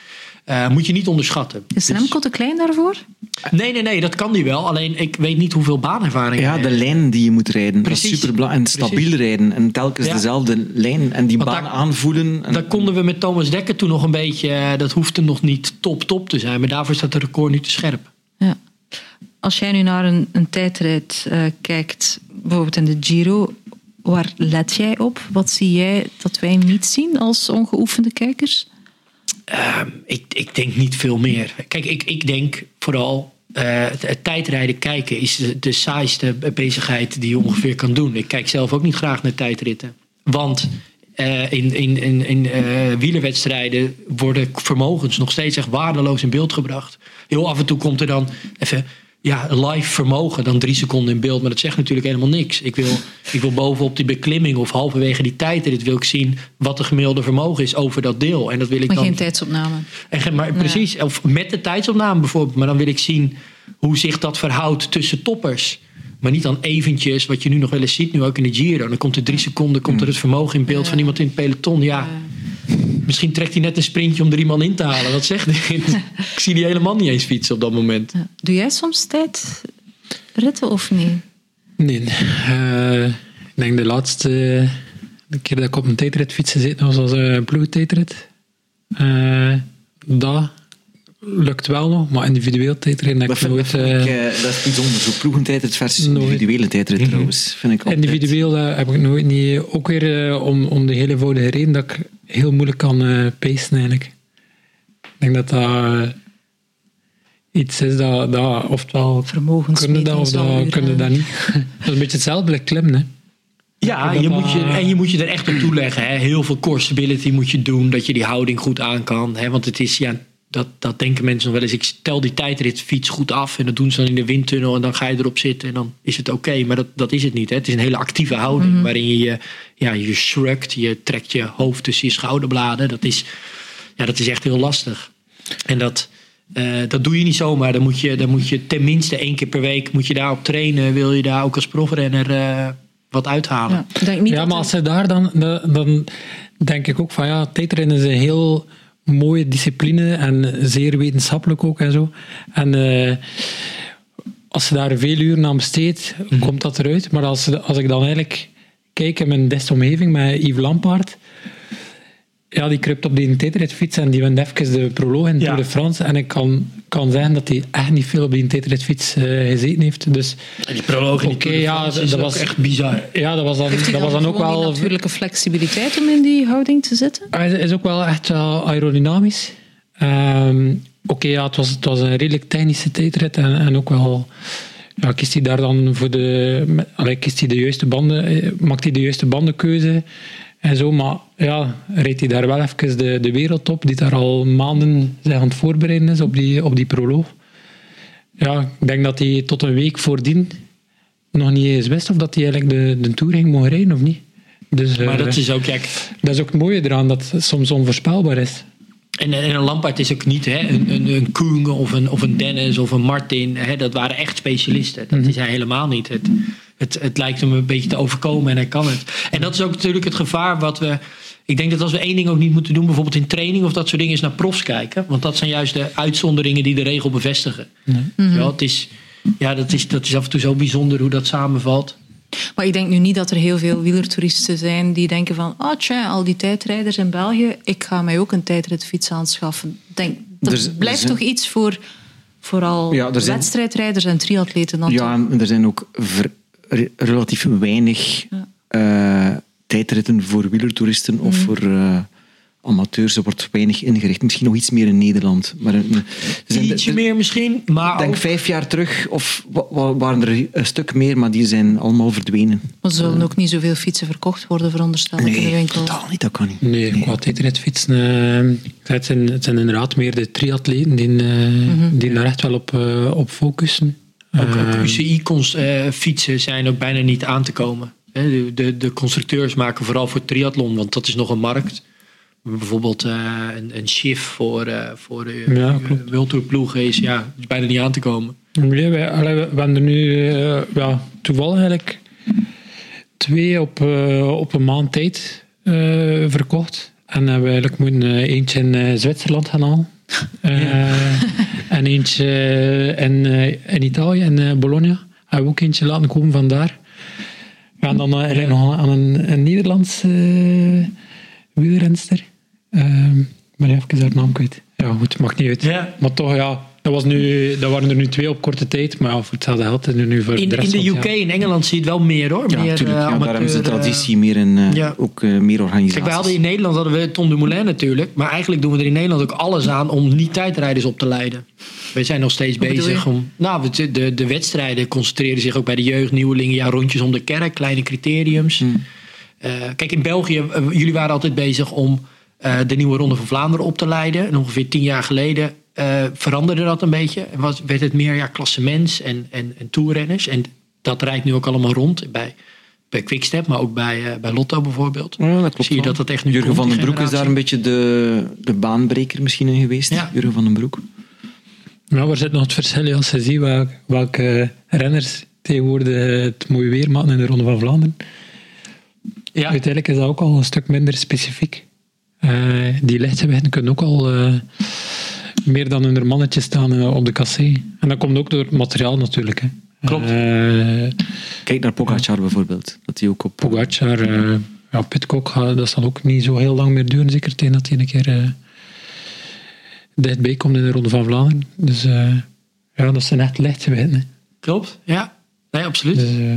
Uh, moet je niet onderschatten. Is Remco te klein daarvoor? Nee, nee, nee, dat kan die wel. Alleen ik weet niet hoeveel baanervaring Ja, hij de heeft. lijn die je moet rijden. Precies. Dat is superbelangrijk. En stabiel Precies. rijden. En telkens Ja. dezelfde lijn. En die Want baan daar- aanvoelen. En, Dat konden we met Thomas Dekker toen nog een beetje... Uh, dat hoefde nog niet top-top te zijn. Maar daarvoor staat de record nu te scherp. Ja. Als jij nu naar een, een tijdrit uh, kijkt, bijvoorbeeld in de Giro, waar let jij op? Wat zie jij dat wij niet zien als ongeoefende kijkers? Uh, ik, ik denk niet veel meer. Kijk, ik, ik denk vooral... Uh, het, het tijdrijden kijken is de, de saaiste bezigheid die je ongeveer kan doen. Ik kijk zelf ook niet graag naar tijdritten. Want uh, in, in, in, in uh, wielerwedstrijden worden vermogens nog steeds echt waardeloos in beeld gebracht. Heel af en toe komt er dan even... Ja, live vermogen dan drie seconden in beeld. Maar dat zegt natuurlijk helemaal niks. Ik wil, ik wil bovenop die beklimming of halverwege die tijdrit wil ik zien wat de gemiddelde vermogen is over dat deel. En dat wil ik Maar dan... geen tijdsopname. En, maar, precies, of met de tijdsopname bijvoorbeeld. Maar dan wil ik zien hoe zich dat verhoudt tussen toppers. Maar niet dan eventjes, wat je nu nog wel eens ziet, nu ook in de Giro. Dan komt er drie seconden, komt er het vermogen in beeld Ja. van iemand in het peloton. Ja, misschien trekt hij net een sprintje om drie man in te halen. Wat zegt hij? Ik zie die helemaal niet eens fietsen op dat moment. Ja. Doe jij soms tijdritten of niet? Nee. Uh, ik denk de laatste de keer dat ik op een tijdrit fietsen zit, was als een ploegtijdrit. Uh, dat lukt wel nog, maar individueel tijdrit heb dat ik vind, nooit... dat, vind ik, Uh, uh, dat is bijzonder. Zo ploegentijdrit versus nooit. individuele tijdrit Mm-hmm. trouwens. Vind ik altijd. Individueel uh, heb ik nooit niet... Ook weer uh, om, om de hele eenvoudige reden dat ik heel moeilijk kan uh, pacen eigenlijk. Ik denk dat dat uh, iets is dat, dat oftewel kunnen dat of dat kunnen dat niet. Dat is een beetje hetzelfde bij klimmen, hè. Ja, je moet je, en je moet je er echt op toeleggen. Hè. Heel veel core stability moet je doen, dat je die houding goed aan kan. Hè. Want het is, ja, dat, dat denken mensen nog wel eens. Ik stel die tijdritfiets goed af en dat doen ze dan in de windtunnel en dan ga je erop zitten en dan is het oké. Okay. Maar dat, dat is het niet. Hè. Het is een hele actieve houding mm-hmm. waarin je je, ja, je shrugt, je trekt je hoofd tussen je schouderbladen. Dat is, ja, dat is echt heel lastig. En dat... Uh, dat doe je niet zomaar. Dan moet je, dan moet je tenminste één keer per week moet je daarop trainen. Wil je daar ook als profrenner uh, wat uithalen. Ja, denk niet ja maar als ze daar dan... Dan denk ik ook van ja, tijdrennen is een heel mooie discipline en zeer wetenschappelijk ook en zo. En uh, als ze daar veel uren aan besteedt, mm-hmm. komt dat eruit. Maar als, als ik dan eigenlijk kijk in mijn destomgeving met Yves Lampaert... Ja, die kruipt op die tijdritfiets en die wint even de proloog in de ja. Tour de France. En ik kan, kan zeggen dat hij echt niet veel op die tijdritfiets uh, gezeten heeft. Dus, en die proloog in die Tour de France ja, is dat was echt bizar. Ja, dat was dan, heeft hij dat dan, was dan ook wel... die natuurlijke flexibiliteit om in die houding te zitten? Hij is ook wel echt uh, aerodynamisch. Um, Oké, okay, ja, het was, het was een redelijk technische tijdrit en, en ook wel... Ja, kiest hij daar dan voor de... Allee, kiest hij de juiste banden... Maakt hij de juiste bandenkeuze... En zo, maar ja, reed hij daar wel even de, de wereldtop, die daar al maanden zich aan het voorbereiden is op die, op die proloog. Ja, ik denk dat hij tot een week voordien nog niet eens wist of dat hij eigenlijk de, de Tour ging mogen rijden of niet. Dus, maar uh, dat is ook... Ja, dat is ook het mooie eraan, dat het soms onvoorspelbaar is. En, en een Lampaert is ook niet hè, een, een, een Koen of een, of een Dennis of een Martin. Hè, dat waren echt specialisten. Dat is hij helemaal niet. Het, het, het lijkt hem een beetje te overkomen en hij kan het. En dat is ook natuurlijk het gevaar wat we... Ik denk dat als we één ding ook niet moeten doen, bijvoorbeeld in training of dat soort dingen, is naar profs kijken. Want dat zijn juist de uitzonderingen die de regel bevestigen. Mm-hmm. Ja, het is, ja, dat is, dat is af en toe zo bijzonder hoe dat samenvalt. Maar ik denk nu niet dat er heel veel wielertoeristen zijn die denken van, oh tja, al die tijdrijders in België, ik ga mij ook een tijdritfiets aanschaffen. Denk, dat er, blijft er zijn... toch iets voor vooral ja, zijn... wedstrijdrijders en triatleten dan ja, toch? en er zijn ook ver, re, relatief weinig ja. uh, tijdritten voor wielertoeristen of mm. voor uh, amateurs. Er wordt weinig ingericht. Misschien nog iets meer in Nederland. Maar, uh, zijn, Ietsje er, meer misschien, maar Ik denk ook... vijf jaar terug of waren er een stuk meer, maar die zijn allemaal verdwenen. Maar er zullen uh, ook niet zoveel fietsen verkocht worden, veronderstel ik, nee, in de winkel? Nee, totaal niet. Dat kan niet. Nee, nee. Qua tijdritfietsen... Uh, het, zijn, het zijn inderdaad meer de triatleten die, uh, mm-hmm. die daar echt wel op, uh, op focussen. Ook, ook U C I-fietsen uh, zijn ook bijna niet aan te komen. De, de, de constructeurs maken vooral voor triathlon, want dat is nog een markt. Bijvoorbeeld uh, een, een shift voor, uh, voor de ja, Worldtourploegen is, ja, is bijna niet aan te komen. Nee, wij, allee, we hebben er nu uh, ja, toevallig eigenlijk twee op, uh, op een maand tijd uh, verkocht. En hebben we eigenlijk moeten uh, eentje in uh, Zwitserland gaan halen. Uh, ja. En eentje in, uh, in Italië, in uh, Bologna. Hebben we ook eentje laten komen vandaar. We gaan dan uh, eigenlijk nog aan een, een Nederlandse uh, wielrenster. Uh, ik ben even haar naam kwijt. Ja, goed, maakt niet uit. Ja. Maar toch, ja, dat, was nu, dat waren er nu twee op korte tijd. Maar ja, voor hetzelfde geld is er nu voor in, de rest in de van, U K, ja. in Engeland zie je het wel meer hoor. Ja, meer, natuurlijk. Uh, Ja, amateur, daar hebben ze de traditie uh, meer en uh, ja. ook uh, meer organisaties. Kijk, wij hadden in Nederland hadden we Tom Dumoulin natuurlijk. Maar eigenlijk doen we er in Nederland ook alles aan om niet tijdrijders op te leiden. We zijn nog steeds Wat bezig om... Nou, de, de, de wedstrijden concentreren zich ook bij de jeugd, nieuwelingen. Ja, rondjes om de kerk, kleine criteriums. Hmm. Uh, kijk, in België, uh, jullie waren altijd bezig om uh, de nieuwe Ronde van Vlaanderen op te leiden. En ongeveer tien jaar geleden uh, veranderde dat een beetje. En was, werd het meer ja, klassements en, en, en toerrenners. En dat rijdt nu ook allemaal rond bij... Bij Quickstep, maar ook bij, uh, bij Lotto bijvoorbeeld. Ja, dat klopt. Zie je dat dat echt nu Jurgen komt, van den Broek generatie. is daar een beetje de, de baanbreker misschien in geweest. Ja. Jurgen van den Broek. Ja, waar zit nog het verschil? Als je ziet welke, welke renners tegenwoordig het mooie weer maken in de Ronde van Vlaanderen. Ja. Uiteindelijk is dat ook al een stuk minder specifiek. Uh, die lichtgewichten kunnen ook al uh, meer dan hun mannetje staan uh, op de cassé. En dat komt ook door het materiaal natuurlijk. Hè. Klopt. Uh, Kijk naar Pogacar bijvoorbeeld. Dat hij ook op... Pogacar, uh, ja, Pidcock, dat zal ook niet zo heel lang meer duren. Zeker tegen dat hij een keer uh, dichtbij komt in de Ronde van Vlaanderen. Dus uh, ja, dat zijn echt lichtgewichten. Klopt, ja. Nee, absoluut. Dus, uh,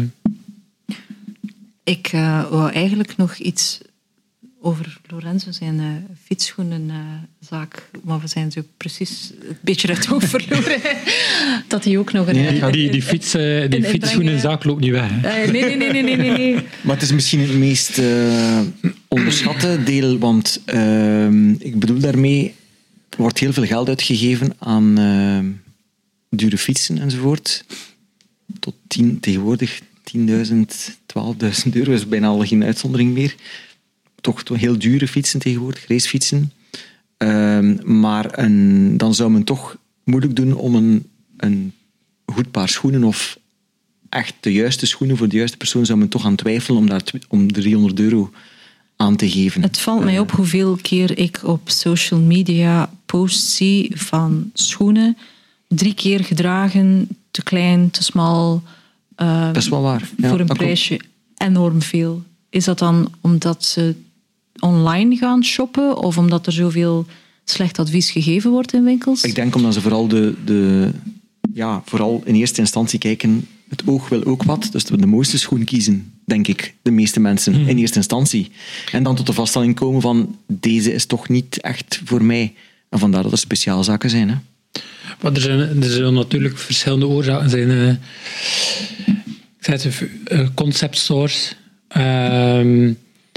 Ik uh, wou eigenlijk nog iets over Lorenzo zijn uh, fietsschoenenzaak, uh, maar we zijn zo precies een beetje uit het hoofd verloren. Dat hij ook nog een... Nee, ja, die die, fiets, uh, die fietsschoenenzaak loopt niet weg. Hè. Uh, nee, nee, nee, nee, nee, nee, nee. Maar het is misschien het meest uh, onderschatte deel, want uh, ik bedoel daarmee, er wordt heel veel geld uitgegeven aan uh, dure fietsen enzovoort. Tot tien, tegenwoordig tienduizend, twaalfduizend euro is bijna al geen uitzondering meer. Toch, toch heel dure fietsen tegenwoordig, racefietsen. Uh, maar een, dan zou men toch moeilijk doen om een, een goed paar schoenen of echt de juiste schoenen voor de juiste persoon zou men toch aan twijfelen om daar om driehonderd euro aan te geven. Het valt mij op hoeveel keer ik op social media posts zie van schoenen, drie keer gedragen, te klein, te smal. Uh, dat is wel waar. Ja, voor een prijsje komt enorm veel. Is dat dan omdat ze online gaan shoppen of omdat er zoveel slecht advies gegeven wordt in winkels? Ik denk omdat ze vooral de, de ja, vooral in eerste instantie kijken, het oog wil ook wat, dus de mooiste schoen kiezen, denk ik, de meeste mensen, hmm. in eerste instantie. En dan tot de vaststelling komen van, deze is toch niet echt voor mij. En vandaar dat er speciaalzaken zijn. Hè. Maar er, zijn, er zullen natuurlijk verschillende oorzaken zijn. Uh, ik zei het, uh, concept stores. Uh,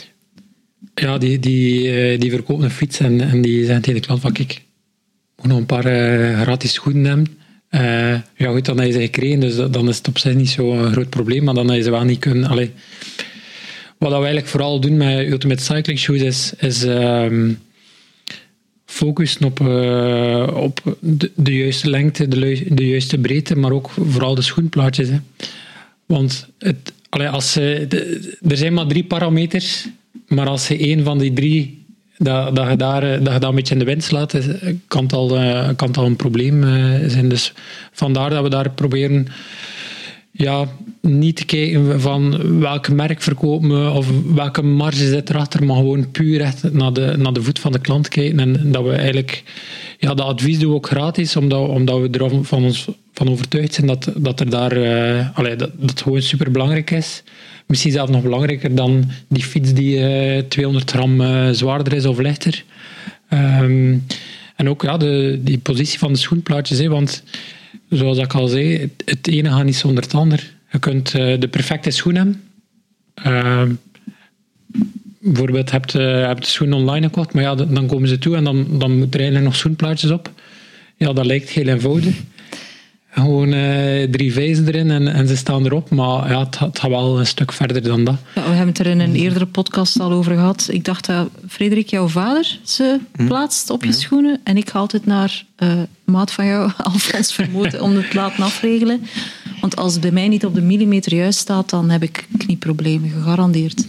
ja, die, die, uh, die verkopen een fiets en, en die zeggen tegen de klant van, kijk, ik moet nog een paar uh, gratis schoenen hebben. Uh, ja goed, dan heb je ze gekregen, dus dan is het op zich niet zo'n groot probleem, maar dan heb je ze wel niet kunnen... Allee. Wat we eigenlijk vooral doen met Ultimate Cycling Shoes is, is um, focussen op, uh, op de, de juiste lengte, de, de juiste breedte, maar ook vooral de schoenplaatjes. Hè. Want het, allee, als ze, de, er zijn maar drie parameters, maar als je één van die drie Dat, dat, je daar, dat je dat een beetje in de wind slaat, kan het al, kan het al een probleem zijn. Dus vandaar dat we daar proberen ja, niet te kijken van welk merk verkopen we of welke marge zit erachter, maar gewoon puur echt naar de, naar de voet van de klant kijken. En dat we eigenlijk, ja, dat advies doen we ook gratis, omdat, omdat we er van ons van overtuigd zijn dat, dat er daar, uh, allee, dat, dat het gewoon super belangrijk is. Misschien zelfs nog belangrijker dan die fiets die uh, tweehonderd gram uh, zwaarder is of lichter. Um, en ook ja, de, die positie van de schoenplaatjes. Hè, want zoals ik al zei, het, het ene gaat niet zonder het ander. Je kunt uh, de perfecte schoen hebben. Uh, bijvoorbeeld, je hebt, uh, hebt de schoen online gekocht, maar ja, dan komen ze toe en dan, dan moet er eigenlijk nog schoenplaatjes op. Ja, dat lijkt heel eenvoudig. Gewoon uh, drie vijzen erin en, en ze staan erop. Maar ja, het, het gaat wel een stuk verder dan dat. Ja, we hebben het er in een eerdere podcast al over gehad. Ik dacht dat Frederik, jouw vader, ze hm. plaatst op je hm. schoenen. En ik ga altijd naar uh, maat van jou, Alfons Vermoten, om het te laten afregelen. Want als het bij mij niet op de millimeter juist staat, dan heb ik knieproblemen, gegarandeerd.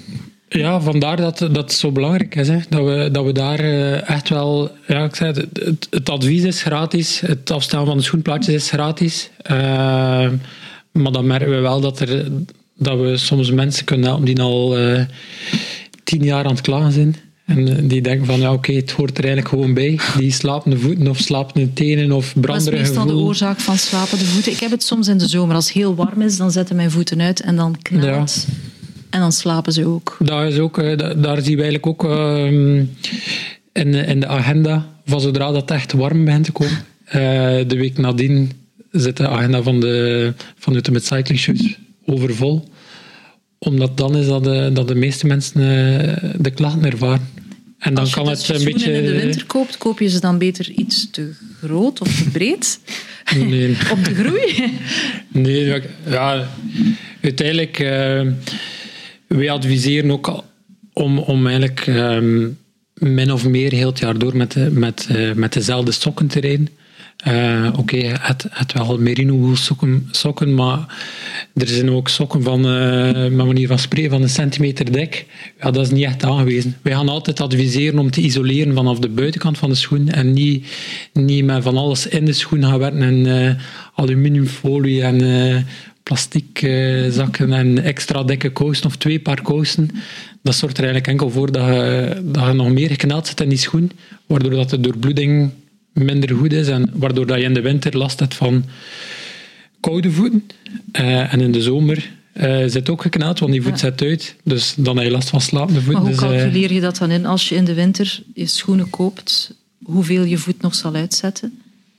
Ja, vandaar dat, dat het zo belangrijk is. Hè. Dat, we, dat we daar uh, echt wel... Ja, ik zei, het, het, het advies is gratis. Het afstellen van de schoenplaatjes is gratis. Uh, maar dan merken we wel dat, er, dat we soms mensen kunnen helpen die al uh, tien jaar aan het klagen zijn. En die denken van, ja oké, okay, het hoort er eigenlijk gewoon bij. Die slapende voeten of slapende tenen of branderige Dat is meestal gevoel. de oorzaak van slapende voeten. Ik heb het soms in de zomer, als het heel warm is, dan zetten mijn voeten uit en dan knelt. Ja. En dan slapen ze ook. Dat is ook uh, daar zien we eigenlijk ook uh, in, in de agenda, van zodra dat echt warm begint te komen. Uh, de week nadien zit de agenda van de, van de Ultimate Cycling Shoes overvol. Omdat dan is dat de, dat de meeste mensen uh, de klachten ervaren. En dan als je kan dus het een beetje... in de winter koopt, koop je ze dan beter iets te groot of te breed? Nee. Op de groei? Nee, ja, uiteindelijk... Uh, wij adviseren ook om, om eigenlijk um, min of meer heel het jaar door met, de, met, uh, met dezelfde sokken te rijden. Uh, Oké, okay, het, het wel merino sokken, sokken, maar er zijn ook sokken van, uh, met manier van spreken, van een centimeter dik. Ja, dat is niet echt aangewezen. Wij gaan altijd adviseren om te isoleren vanaf de buitenkant van de schoen en niet, niet met van alles in de schoen gaan werken en uh, aluminiumfolie en uh, plastic uh, zakken en extra dikke kousen of twee paar kousen. Dat zorgt er eigenlijk enkel voor dat je, dat je nog meer gekneld zit in die schoen, waardoor dat de doorbloeding minder goed is en waardoor dat je in de winter last hebt van koude voeten. Uh, en in de zomer uh, zit ook gekneld, want die voet ja. zet uit. Dus dan heb je last van slapende voeten. Maar hoe dus, calculeer uh, je dat dan in als je in de winter je schoenen koopt? Hoeveel je voet nog zal uitzetten?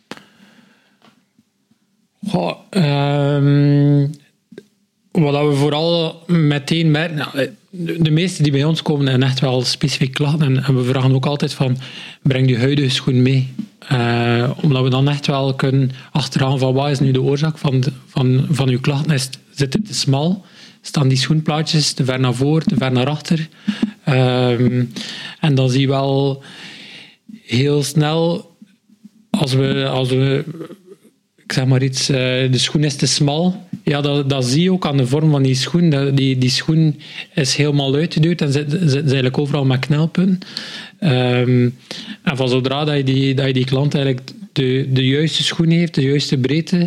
Goh, um, wat we vooral meteen merken... Nou, de meesten die bij ons komen hebben echt wel specifiek klachten. En, en we vragen ook altijd van, breng je huidige schoen mee. Uh, omdat we dan echt wel kunnen achterhalen van wat is nu de oorzaak van, de, van, van uw klachten. Is, zit het te smal? Staan die schoenplaatjes te ver naar voren, te ver naar achter? Um, en dan zie je wel heel snel, als we... Als we ik zeg maar iets, de schoen is te smal. Ja, dat, dat zie je ook aan de vorm van die schoen. Die, die schoen is helemaal uitgeduwd en zit, zit eigenlijk overal met knelpunten. Um, en van zodra dat je, die, dat je die klant eigenlijk de, de juiste schoen heeft, de juiste breedte,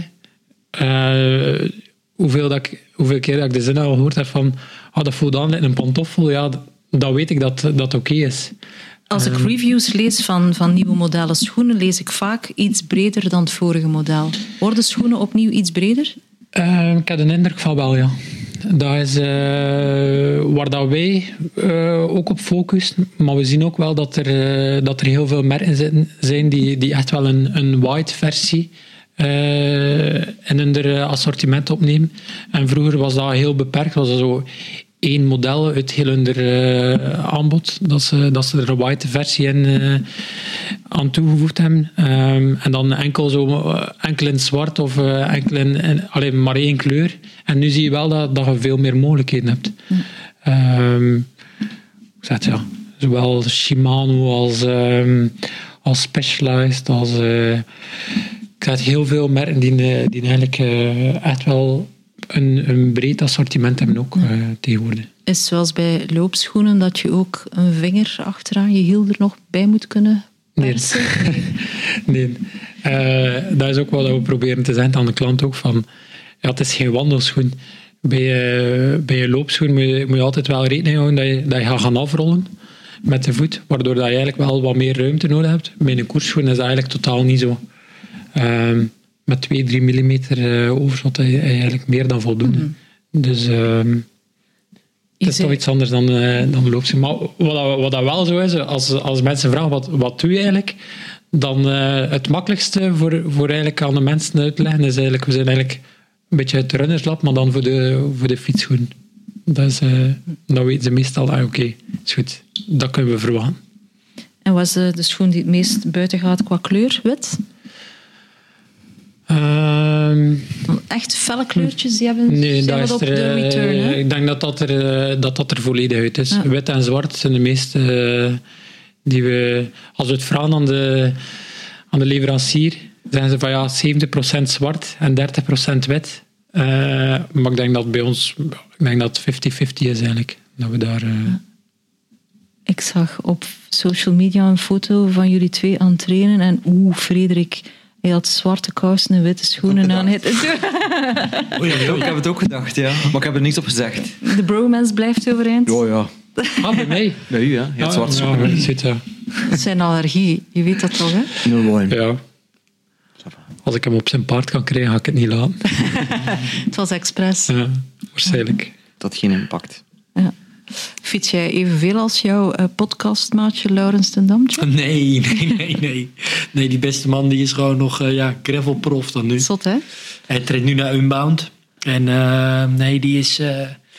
uh, hoeveel, dat ik, hoeveel keer dat ik de zin al gehoord heb van ah, dat voelt aan een pantoffel, ja, dan weet ik dat dat oké okay is. Als ik reviews lees van, van nieuwe modellen schoenen, lees ik vaak iets breder dan het vorige model. Worden schoenen opnieuw iets breder? Uh, ik heb de indruk van wel, ja. Dat is uh, waar dat wij uh, ook op focussen. Maar we zien ook wel dat er, uh, dat er heel veel merken zijn die, die echt wel een, een white versie uh, in hun assortiment opnemen. En vroeger was dat heel beperkt. Was dat zo één model uit heel hun uh, aanbod. Dat ze, dat ze er een white versie in uh, aan toegevoegd hebben. Um, en dan enkel, zo, uh, enkel in zwart of uh, enkel in, in alleen maar één kleur. En nu zie je wel dat, dat je veel meer mogelijkheden hebt. Ja. Um, ik zeg het, ja. Zowel Shimano als, um, als Specialized. Als, uh, ik zeg het, heel veel merken die, die eigenlijk uh, echt wel Een, een breed assortiment hebben ook uh, tegenwoordig. Is het zoals bij loopschoenen dat je ook een vinger achteraan je hiel er nog bij moet kunnen persen? Nee. nee. Uh, dat is ook wat we proberen te zeggen aan de klant ook. Van, ja, het is geen wandelschoen. Bij je, bij je loopschoen moet je, moet je altijd wel rekening houden dat je, dat je gaat gaan afrollen met de voet, waardoor dat je eigenlijk wel wat meer ruimte nodig hebt. Bij een koersschoen is dat eigenlijk totaal niet zo. Uh, Met twee, drie millimeter uh, overschot heb je eigenlijk meer dan voldoende. Mm-hmm. Dus uh, het is toch iets anders dan, uh, dan loopschoen. Maar wat, wat dat wel zo is, als, als mensen vragen wat, wat doe je eigenlijk, dan uh, het makkelijkste voor, voor eigenlijk aan de mensen uit te leggen is eigenlijk, we zijn eigenlijk een beetje het runnerslab, maar dan voor de, voor de fietsschoen. Dat is, uh, dan weten ze meestal, ah, oké, okay, is goed. Dat kunnen we verwachten. En was de, de schoen die het meest buiten gaat qua kleur wit? Um, Echt felle kleurtjes die hebben, nee, dat is op er, de return. Hè? Ik denk dat dat er, dat dat er volledig uit is. Ja. Wit en zwart zijn de meeste uh, die we... Als we het vragen aan de, aan de leverancier, zeggen ze van ja, zeventig procent zwart en dertig procent wit. Uh, maar ik denk dat bij ons ik denk dat vijftig vijftig is eigenlijk. Dat we daar, uh, Ik zag op social media een foto van jullie twee aan het trainen. En oeh, Frederik, hij had zwarte kousen en witte schoenen aan. Oei, oei. Ik heb het ook gedacht, ja. Maar ik heb er niks op gezegd. De bromance blijft overeind. Oh ja. Ah, bij mij? Bij u, ja. Je hebt zwart ja, schoenen. ja, zit, ja. Dat is zijn allergie. Je weet dat toch, hè? No wine. Ja. Als ik hem op zijn paard kan krijgen, ga ik het niet laten. Het was expres. Ja, waarschijnlijk. Dat had geen impact. Ja. Fiets jij evenveel als jouw uh, podcastmaatje Laurens ten Damtje? Nee, nee, nee, nee. Nee, die beste man die is gewoon nog uh, ja, gravelprof dan nu. Zot, hè? Hij treedt nu naar Unbound. En uh, nee, die is uh,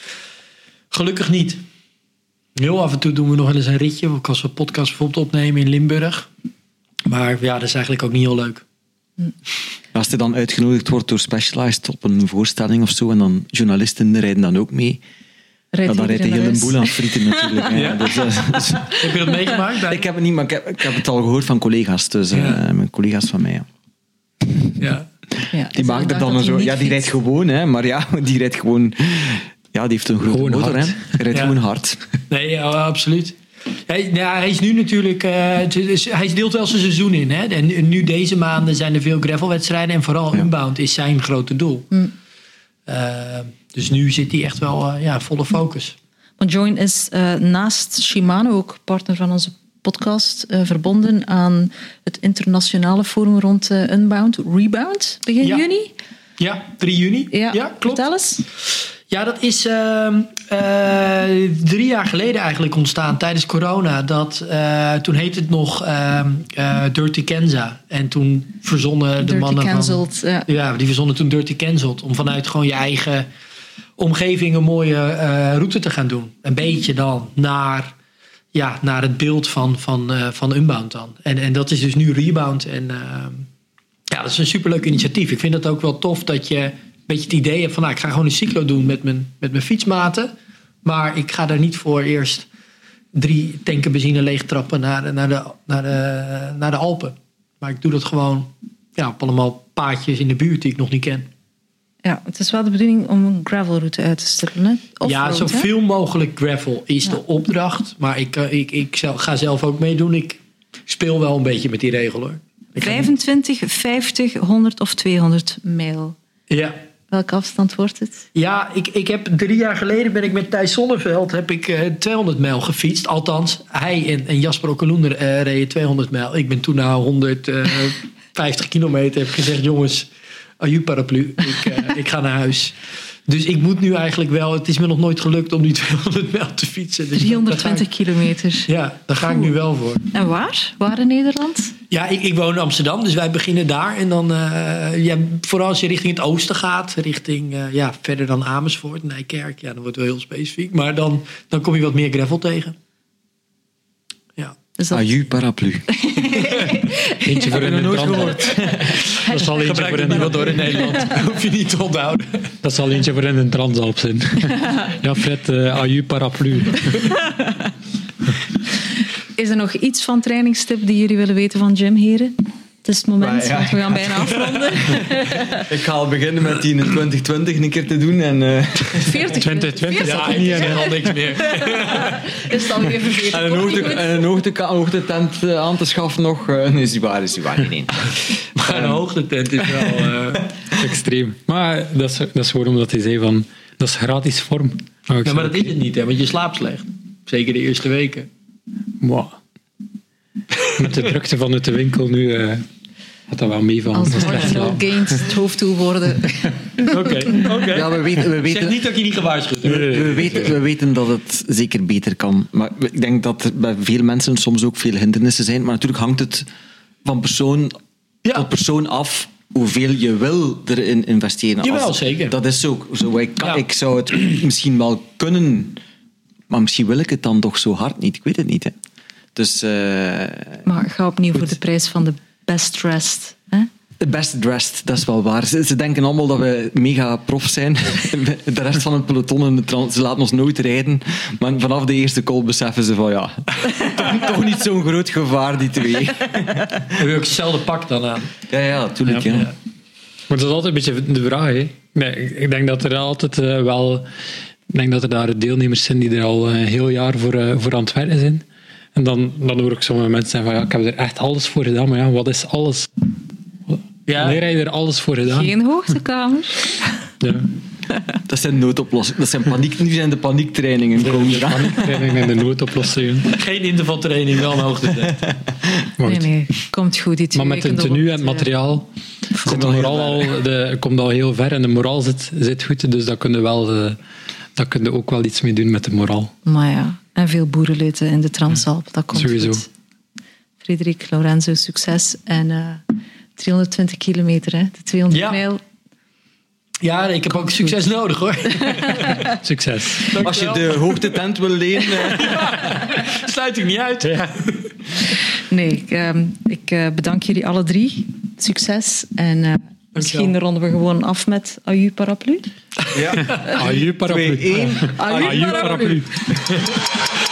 gelukkig niet. Heel af en toe doen we nog wel eens een ritje. Ook als we podcast bijvoorbeeld opnemen in Limburg. Maar ja, dat is eigenlijk ook niet heel leuk. Als hij dan uitgenodigd wordt door Specialized op een voorstelling of zo, en dan journalisten rijden dan ook mee, Rijdt ja, dan rijdt hij heel een boel aan frieten natuurlijk. Hè. Ja? Dus, uh, dus, Heb je dat meegemaakt? Bij... ik heb het niet, maar ik heb, ik heb het al gehoord van collega's. Dus uh, Ja. mijn collega's van mij. Ja. Ja. Ja, Die maakt er dan zo. Ja, die rijdt gewoon, hè, maar ja, die rijdt gewoon. Ja, die heeft een grote Gewoon motor, hè. hard. Hij rijdt Ja. gewoon hard. Nee, ja, absoluut. Hij, ja, hij is nu natuurlijk... Uh, het is- hij deelt wel zijn seizoen in. Hè? En nu deze maanden zijn er veel gravelwedstrijden. En vooral Ja. Unbound is zijn grote doel. Mm. Uh, dus nu zit hij echt wel uh, ja, volle focus. Want Join is uh, naast Shimano ook partner van onze podcast, uh, verbonden aan het internationale forum rond uh, Unbound, Rebound, begin Ja. juni. Ja, drie juni. Ja, klopt. Vertel eens. Ja, dat is uh, uh, drie jaar geleden eigenlijk ontstaan tijdens corona. Dat, uh, toen heette het nog uh, uh, Dirty Kenza. En toen verzonnen de Dirty mannen cancelled, van... ja. Ja, die verzonnen toen Dirty Cancelled. Om vanuit gewoon je eigen omgeving een mooie uh, route te gaan doen. Een beetje dan naar, ja, naar het beeld van, van, uh, van Unbound dan. En, en dat is dus nu Rebound. En uh, ja, dat is een superleuk initiatief. Ik vind het ook wel tof dat je een beetje het idee hebt van... Nou, ik ga gewoon een cyclo doen met mijn, met mijn fietsmaten. Maar ik ga daar niet voor eerst drie tanken benzine leegtrappen naar, de- naar, de, naar, de, naar de Alpen. Maar ik doe dat gewoon ja, op allemaal paadjes in de buurt die ik nog niet ken. Ja, het is wel de bedoeling om een gravelroute uit te stippelen. Hè? Ja, Offroad, hè? zoveel mogelijk gravel is Ja. de opdracht. Maar ik, eh, ik, ik zelf, ga zelf ook meedoen. Ik speel wel een beetje met die regel hoor. Ik ga- vijfentwintig, vijftig, honderd of tweehonderd mijl. Ja, Welke afstand wordt het? ja ik, ik heb drie jaar geleden ben ik met Thijs Zonneveld heb ik uh, tweehonderd mijl gefietst. Althans, hij en, en Jasper Okkeloender uh, reden tweehonderd mijl. Ik ben toen na honderdvijftig kilometer heb ik gezegd... jongens, aju paraplu, ik, uh, ik ga naar huis. Dus ik moet nu eigenlijk wel... Het is me nog nooit gelukt om die tweehonderd mijl te fietsen. Dus driehonderdtwintig daar ga kilometer. ik- Ja, daar ga ik nu wel voor. En waar? Waar in Nederland? Ja, ik, ik woon in Amsterdam, dus wij beginnen daar. En dan, uh, ja, vooral als je richting het oosten gaat, richting, uh, ja, verder dan Amersfoort, Nijkerk, ja, dan wordt het wel heel specifiek. Maar dan, dan kom je wat meer gravel tegen. Ja. Dus dat Aju paraplu. Eentje voor in de trans. Dat zal eentje Gebruik voor het in nu wel de door in Nederland. Hoef je niet te onthouden. Dat zal eentje voor in de Transalp zijn. Ja, Fred, uh, aju paraplu. Is er nog iets van trainingstip die jullie willen weten van Jim, heren? Het is het moment, Maar ja, want we gaan bijna afronden. Ik ga al beginnen met die in twintig twintig een keer te doen. En, uh, veertig. twintig twintig Ja, zat er ik niet zeg in. al niks meer. Is het alweer vergeten? en een, Komt hoogte, niet goed. en een hoogte, hoogtetent uh, aan te schaffen nog. Uh, nee, is die waar, is die waar. Nee, nee. Maar een hoogtetent is wel... Uh... Extreem. Maar dat is, dat is gewoon omdat hij zei van... Dat is gratis vorm. Oh, ik Ja, maar zei, dat is het niet, hè, want je slaapt slecht. Zeker de eerste weken. Mwah. Met de drukte vanuit de winkel nu uh, gaat dat wel mee van. Als dat is echt marginal wel- gains het hoofddoel worden. Oké, oké. Ja, we weten, we Zeg weten, niet dat je niet gewaarschuwd hebt. we, we weten, we weten dat het zeker beter kan. Maar ik denk dat er bij veel mensen soms ook veel hindernissen zijn. Maar natuurlijk hangt het van persoon Ja. tot persoon af hoeveel je wil erin investeren. Jawel, Als- zeker. Dat is ook zo. Ik, kan, Ja. ik zou het misschien wel kunnen, maar misschien wil ik het dan toch zo hard niet. Ik weet het niet. Hè. Dus uh, Maar ga opnieuw voor de prijs van de best dressed. Hè? de best dressed, dat is wel waar. Ze, ze denken allemaal dat we mega prof zijn. De rest van het peloton, in de trans, ze laten ons nooit rijden. Maar vanaf de eerste call beseffen ze van ja, toch, toch niet zo'n groot gevaar, die twee. Heb je ook hetzelfde pak dan aan? Ja, ja, tuurlijk. Ja. Ja. Maar dat is altijd een beetje de vraag. Hè. Nee, ik- ik denk dat er altijd uh, wel... Ik denk dat er daar deelnemers zijn die er al een heel jaar voor, uh, voor aan het werken zijn. En dan, dan hoor ik sommige mensen zeggen van ja, ik heb er echt alles voor gedaan. Maar ja, wat is alles? Ja. Wanneer heb je er alles voor gedaan? Geen hoogtekamer. Ja. Dat zijn noodoplossingen. Dat zijn paniek, nu zijn de paniektrainingen. De, komen de eraan. paniektraining en de noodoplossingen. Geen intervaltraining, wel een hoogte. Maar, Nee, goed. nee, komt goed. Die twee maar met een weken, tenue dat en het wordt, eh, materiaal komt de al heel moraal al, de, komt al heel ver. En de moraal zit, zit goed. Dus daar kun je wel, uh, daar kun je ook wel iets mee doen met de moraal. Maar ja, en veel boerenlitten in de Transalp. Dat komt Sowieso. goed. Frederik, Lorenzo, succes. En uh, driehonderdtwintig kilometer, hè? De tweehonderd Ja. mijl. Ja, ik heb ook succes nodig hoor. Succes. Als je de hoogtetent wil lenen... Sluit ik niet uit. Ja. Nee, ik, um, ik uh, bedank jullie alle drie. Succes. En uh, misschien ronden we gewoon af met Aju Paraplu. Ja. Aju paraplu. twee één. Aju Aju Paraplu. paraplu.